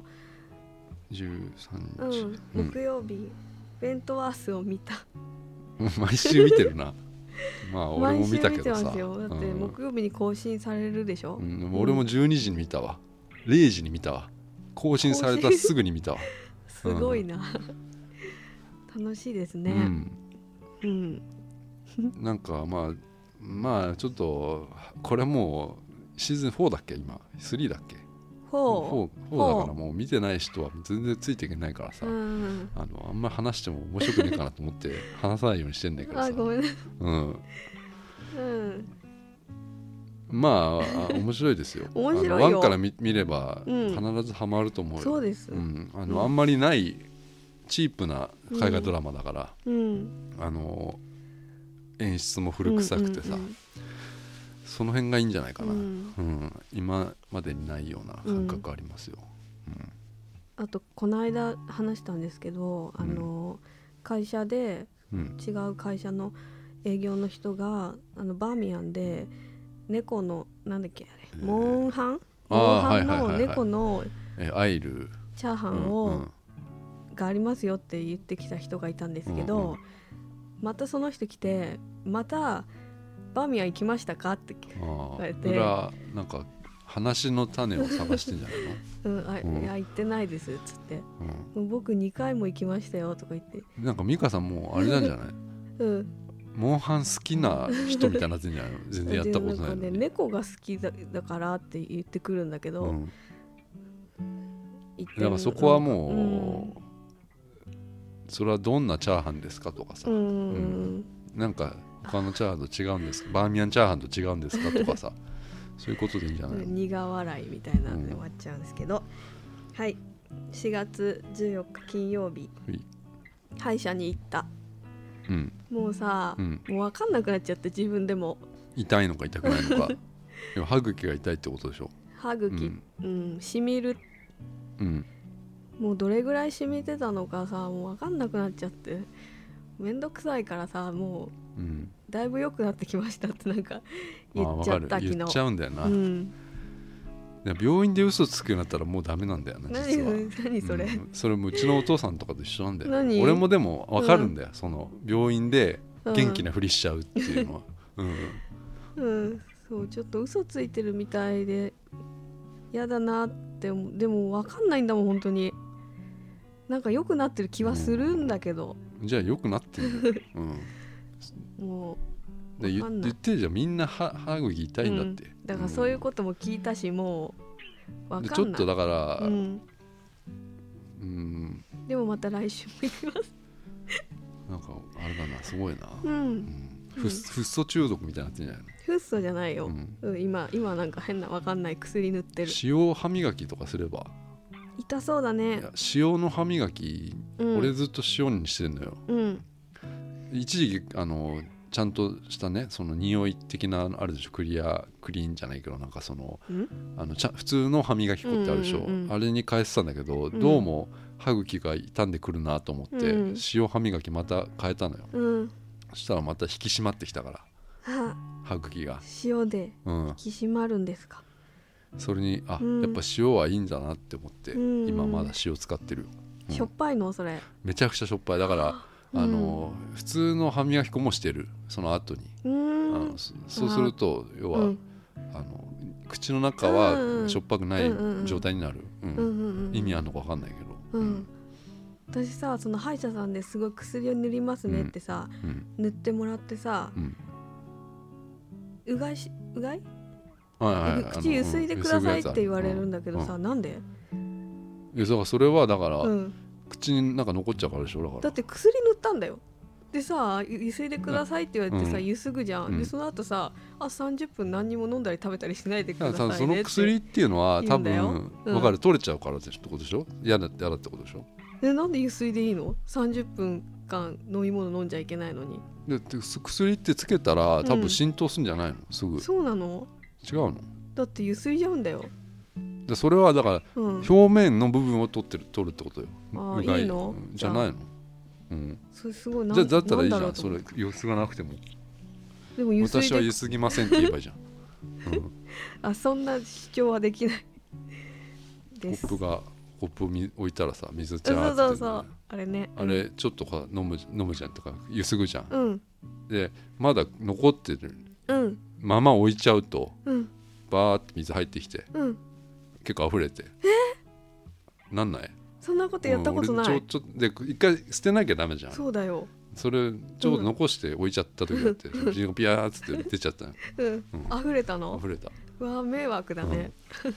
日、木曜日、ベントワースを見た。 毎週見てるな。まあ俺も見たけどさ。 毎週見てますよ。だって木曜日に更新されるでしょ。 俺も12時に見たわ、0時に見たわ、更新されたすぐに見たわ。 すごいな、楽しいですね。 なんかまあちょっとこれもうシーズン4だっけ、今3だっけ、4だからもう見てない人は全然ついていけないからさ、あんまり話しても面白くねえかなと思って話さないようにしてんねんけどさ。 ごめんね。 まあ面白いですよ。 面白いよ。 1から見れば必ずハマると思うよ。 そうです。 あんまりないチープな海外ドラマだから、演出も古臭くてさ、その辺がいいんじゃないかな、今までにないような感覚ありますよ。 あとこの間話したんですけど、会社で、違う会社の営業の人がバーミヤンで猫のなんだっけあれ、モンハンの猫のアイルチャーハンを、がありますよって言ってきた人がいたんですけど、またその人来て、またバーミヤン行きましたかって言われて、 それはなんか話の種を探してんじゃないの？ いや行ってないですっつって、僕2回も行きましたよとか言って、 なんか美香さんもうあれなんじゃない？モンハン好きな人みたいになってんじゃないの？全然やったことないのに。 猫が好き だからって言ってくるんだけど、 だからそこはもう、それはどんなチャーハンですかとかさ、なんか他のチャーハンと違うんですか、バーミヤンチャーハンと違うんですかとかさ、そういうことでいいんじゃないの？ 苦笑いみたいなので終わっちゃうんですけど、はい。4月14日金曜日、歯医者に行った。もうさ、もう分かんなくなっちゃって、自分でも痛いのか痛くないのか。歯茎が痛いってことでしょ。 歯茎、しみる、もうどれぐらいしみてたのかさ、もう分かんなくなっちゃって、めんどくさいからさ、もう、だいぶ良くなってきましたってなんか言っちゃった昨日。 言っちゃうんだよな、病院で嘘つくようになったらもうダメなんだよな、実は。 何それ、 それもうちのお父さんとかと一緒なんだよ。俺もでも分かるんだよ、その病院で元気なふりしちゃうっていうのは。 そう、ちょっと嘘ついてるみたいで嫌だなって。でも分かんないんだもん本当に。 なんか良くなってる気はするんだけど、 じゃあ良くなってるんだよ、 もで言ってるじゃん、みんな歯茎痛いんだって、 だからそういうことも聞いたし、もう分かんない。 ちょっとだから、 でもまた来週も行きますなんかあれだな、すごいな、フッ素中毒みたいになってんじゃないの？ フッ素じゃないよ、今なんか変な分かんない薬塗ってる。 塩歯磨きとかすれば痛そうだね。 いや塩の歯磨き、俺ずっと塩にしてんのよ、一時期ちゃんとしたね、その匂い的なあるでしょ、クリーンじゃないけど、なんかその普通の歯磨き粉ってあるでしょ、あれに変えてたんだけど、どうも歯茎が傷んでくるなと思って、塩歯磨きまた変えたのよ、そしたらまた引き締まってきたから、歯茎が塩で引き締まるんですか、 それにやっぱ塩はいいんだなって思って、今まだ塩使ってるよ、 しょっぱいのそれ？ めちゃくちゃしょっぱいだから普通の歯磨き粉もしてる、その後にそうすると要は、口の中はしょっぱくない状態になる、意味あるのか分かんないけど、 私さ、その歯医者さんですごい薬を塗りますねってさ、塗ってもらってさ、うがい口ゆすいでくださいって言われるんだけどさ、なんで？ いやだからそれはだから、口になんか残っちゃうからでしょ。 だって薬塗ったんだよ。でさ、ゆすいでくださいって言われてさ、ゆすぐじゃん、でその後さ、30分何にも飲んだり食べたりしないでくださいねって。 その薬っていうのは多分分かる、取れちゃうからってことでしょ。嫌だってことでしょ。 なんでゆすいでいいの？30分間飲み物飲んじゃいけないのに。 で薬ってつけたら多分浸透するんじゃないの、すぐ。 そうなの？ 違うの？ だってゆすいじゃうんだよ。 でそれはだから表面の部分を取るってことよ。 いいの？ じゃないの？ それすごいな。 だったらいいじゃん、それゆすがなくても。 でも私はゆすぎませんって言えばいいじゃん。そんな主張はできないです。 コップを置いたらさ、水ちゃーって、 そうあれね、 あれちょっと飲むじゃんとかゆすぐじゃん、でまだ残ってる、まま置いちゃうと、バーって水入ってきて、結構溢れて、なんない？ そんなことやったことない。 で一回捨てなきゃダメじゃん。 そうだよ。 それちょうど残して置いちゃった時だって、水がピヤーっつって出ちゃったの。 溢れたの？ 溢れた。 うわ、迷惑だね。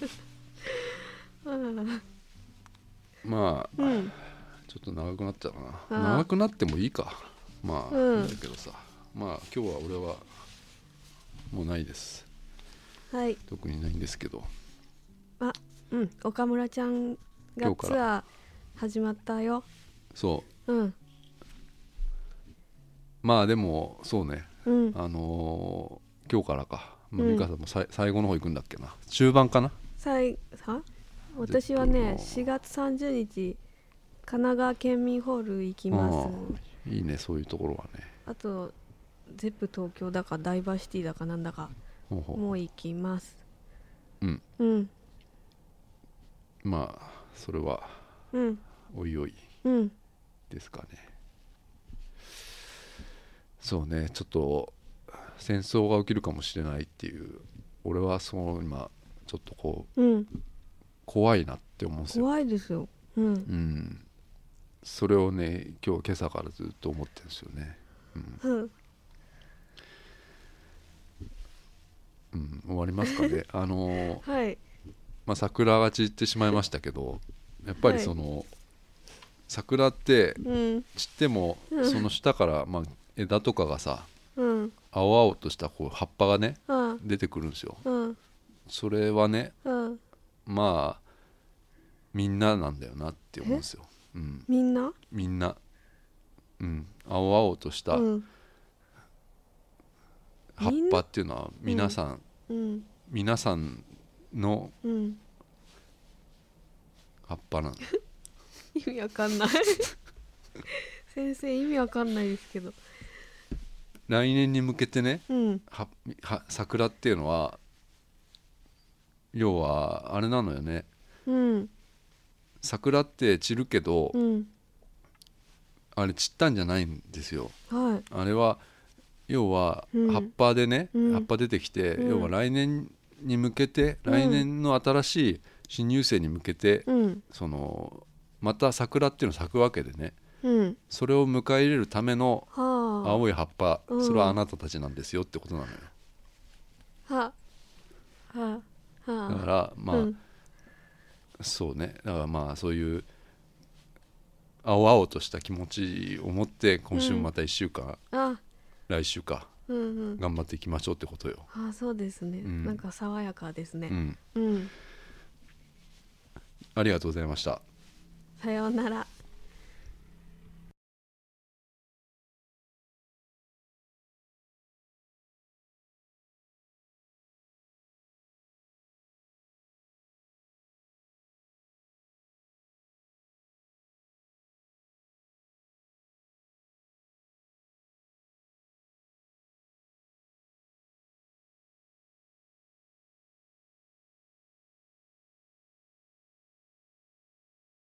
まあ、ちょっと長くなっちゃうな。長くなってもいいか。まあ、いいんだけどさ、まあ今日は俺はもうないです。 はい。 特にないんですけど。 岡村ちゃんがツアー始まったよ。 そう。まあでもそうね。今日からか。美香さんも最後の方行くんだっけな。中盤かな。 私はね、4月30日神奈川県民ホール行きます。 いいね、そういうところはね。 あとゼップ東京だかダイバーシティだかなんだかもう行きます。 まあそれはおいおいですかね。そうね、ちょっと戦争が起きるかもしれないっていう、俺は今ちょっとこう、怖いなって思うんですよ。 怖いですよ。 それをね、今朝からずっと思ってるんですよね。終わりますかね。 はい。 桜が散ってしまいましたけど、やっぱり桜って散っても、その下から、枝とかがさ、青々としたこう葉っぱがね、出てくるんですよ。それはね、まあみんななんだよなって思うんですよ。みんな、青々とした葉っぱっていうのは皆さんの葉っぱなの。 意味わかんない。先生意味わかんないですけど、 来年に向けてね、桜っていうのは要はあれなのよね。桜って散るけど、あれ散ったんじゃないんですよ。あれは要は葉っぱでね、葉っぱ出てきて、要は来年に向けて、来年の新しい新入生に向けて、 また桜っていうの咲くわけでね、 うん、 それを迎え入れるためのはあ、 青い葉っぱ、 うん、 それはあなたたちなんですよってことなのよ。 はあはあはあ、 だからまあ、 うん、 そうね、だからまあそういう青々とした気持ちを持って今週もまた1週間、来週か、 うんうん、 頑張っていきましょうってことよ。 あ、そうですね、 うん、 なんか爽やかですね。 うんうん、 ありがとうございました。 さようなら。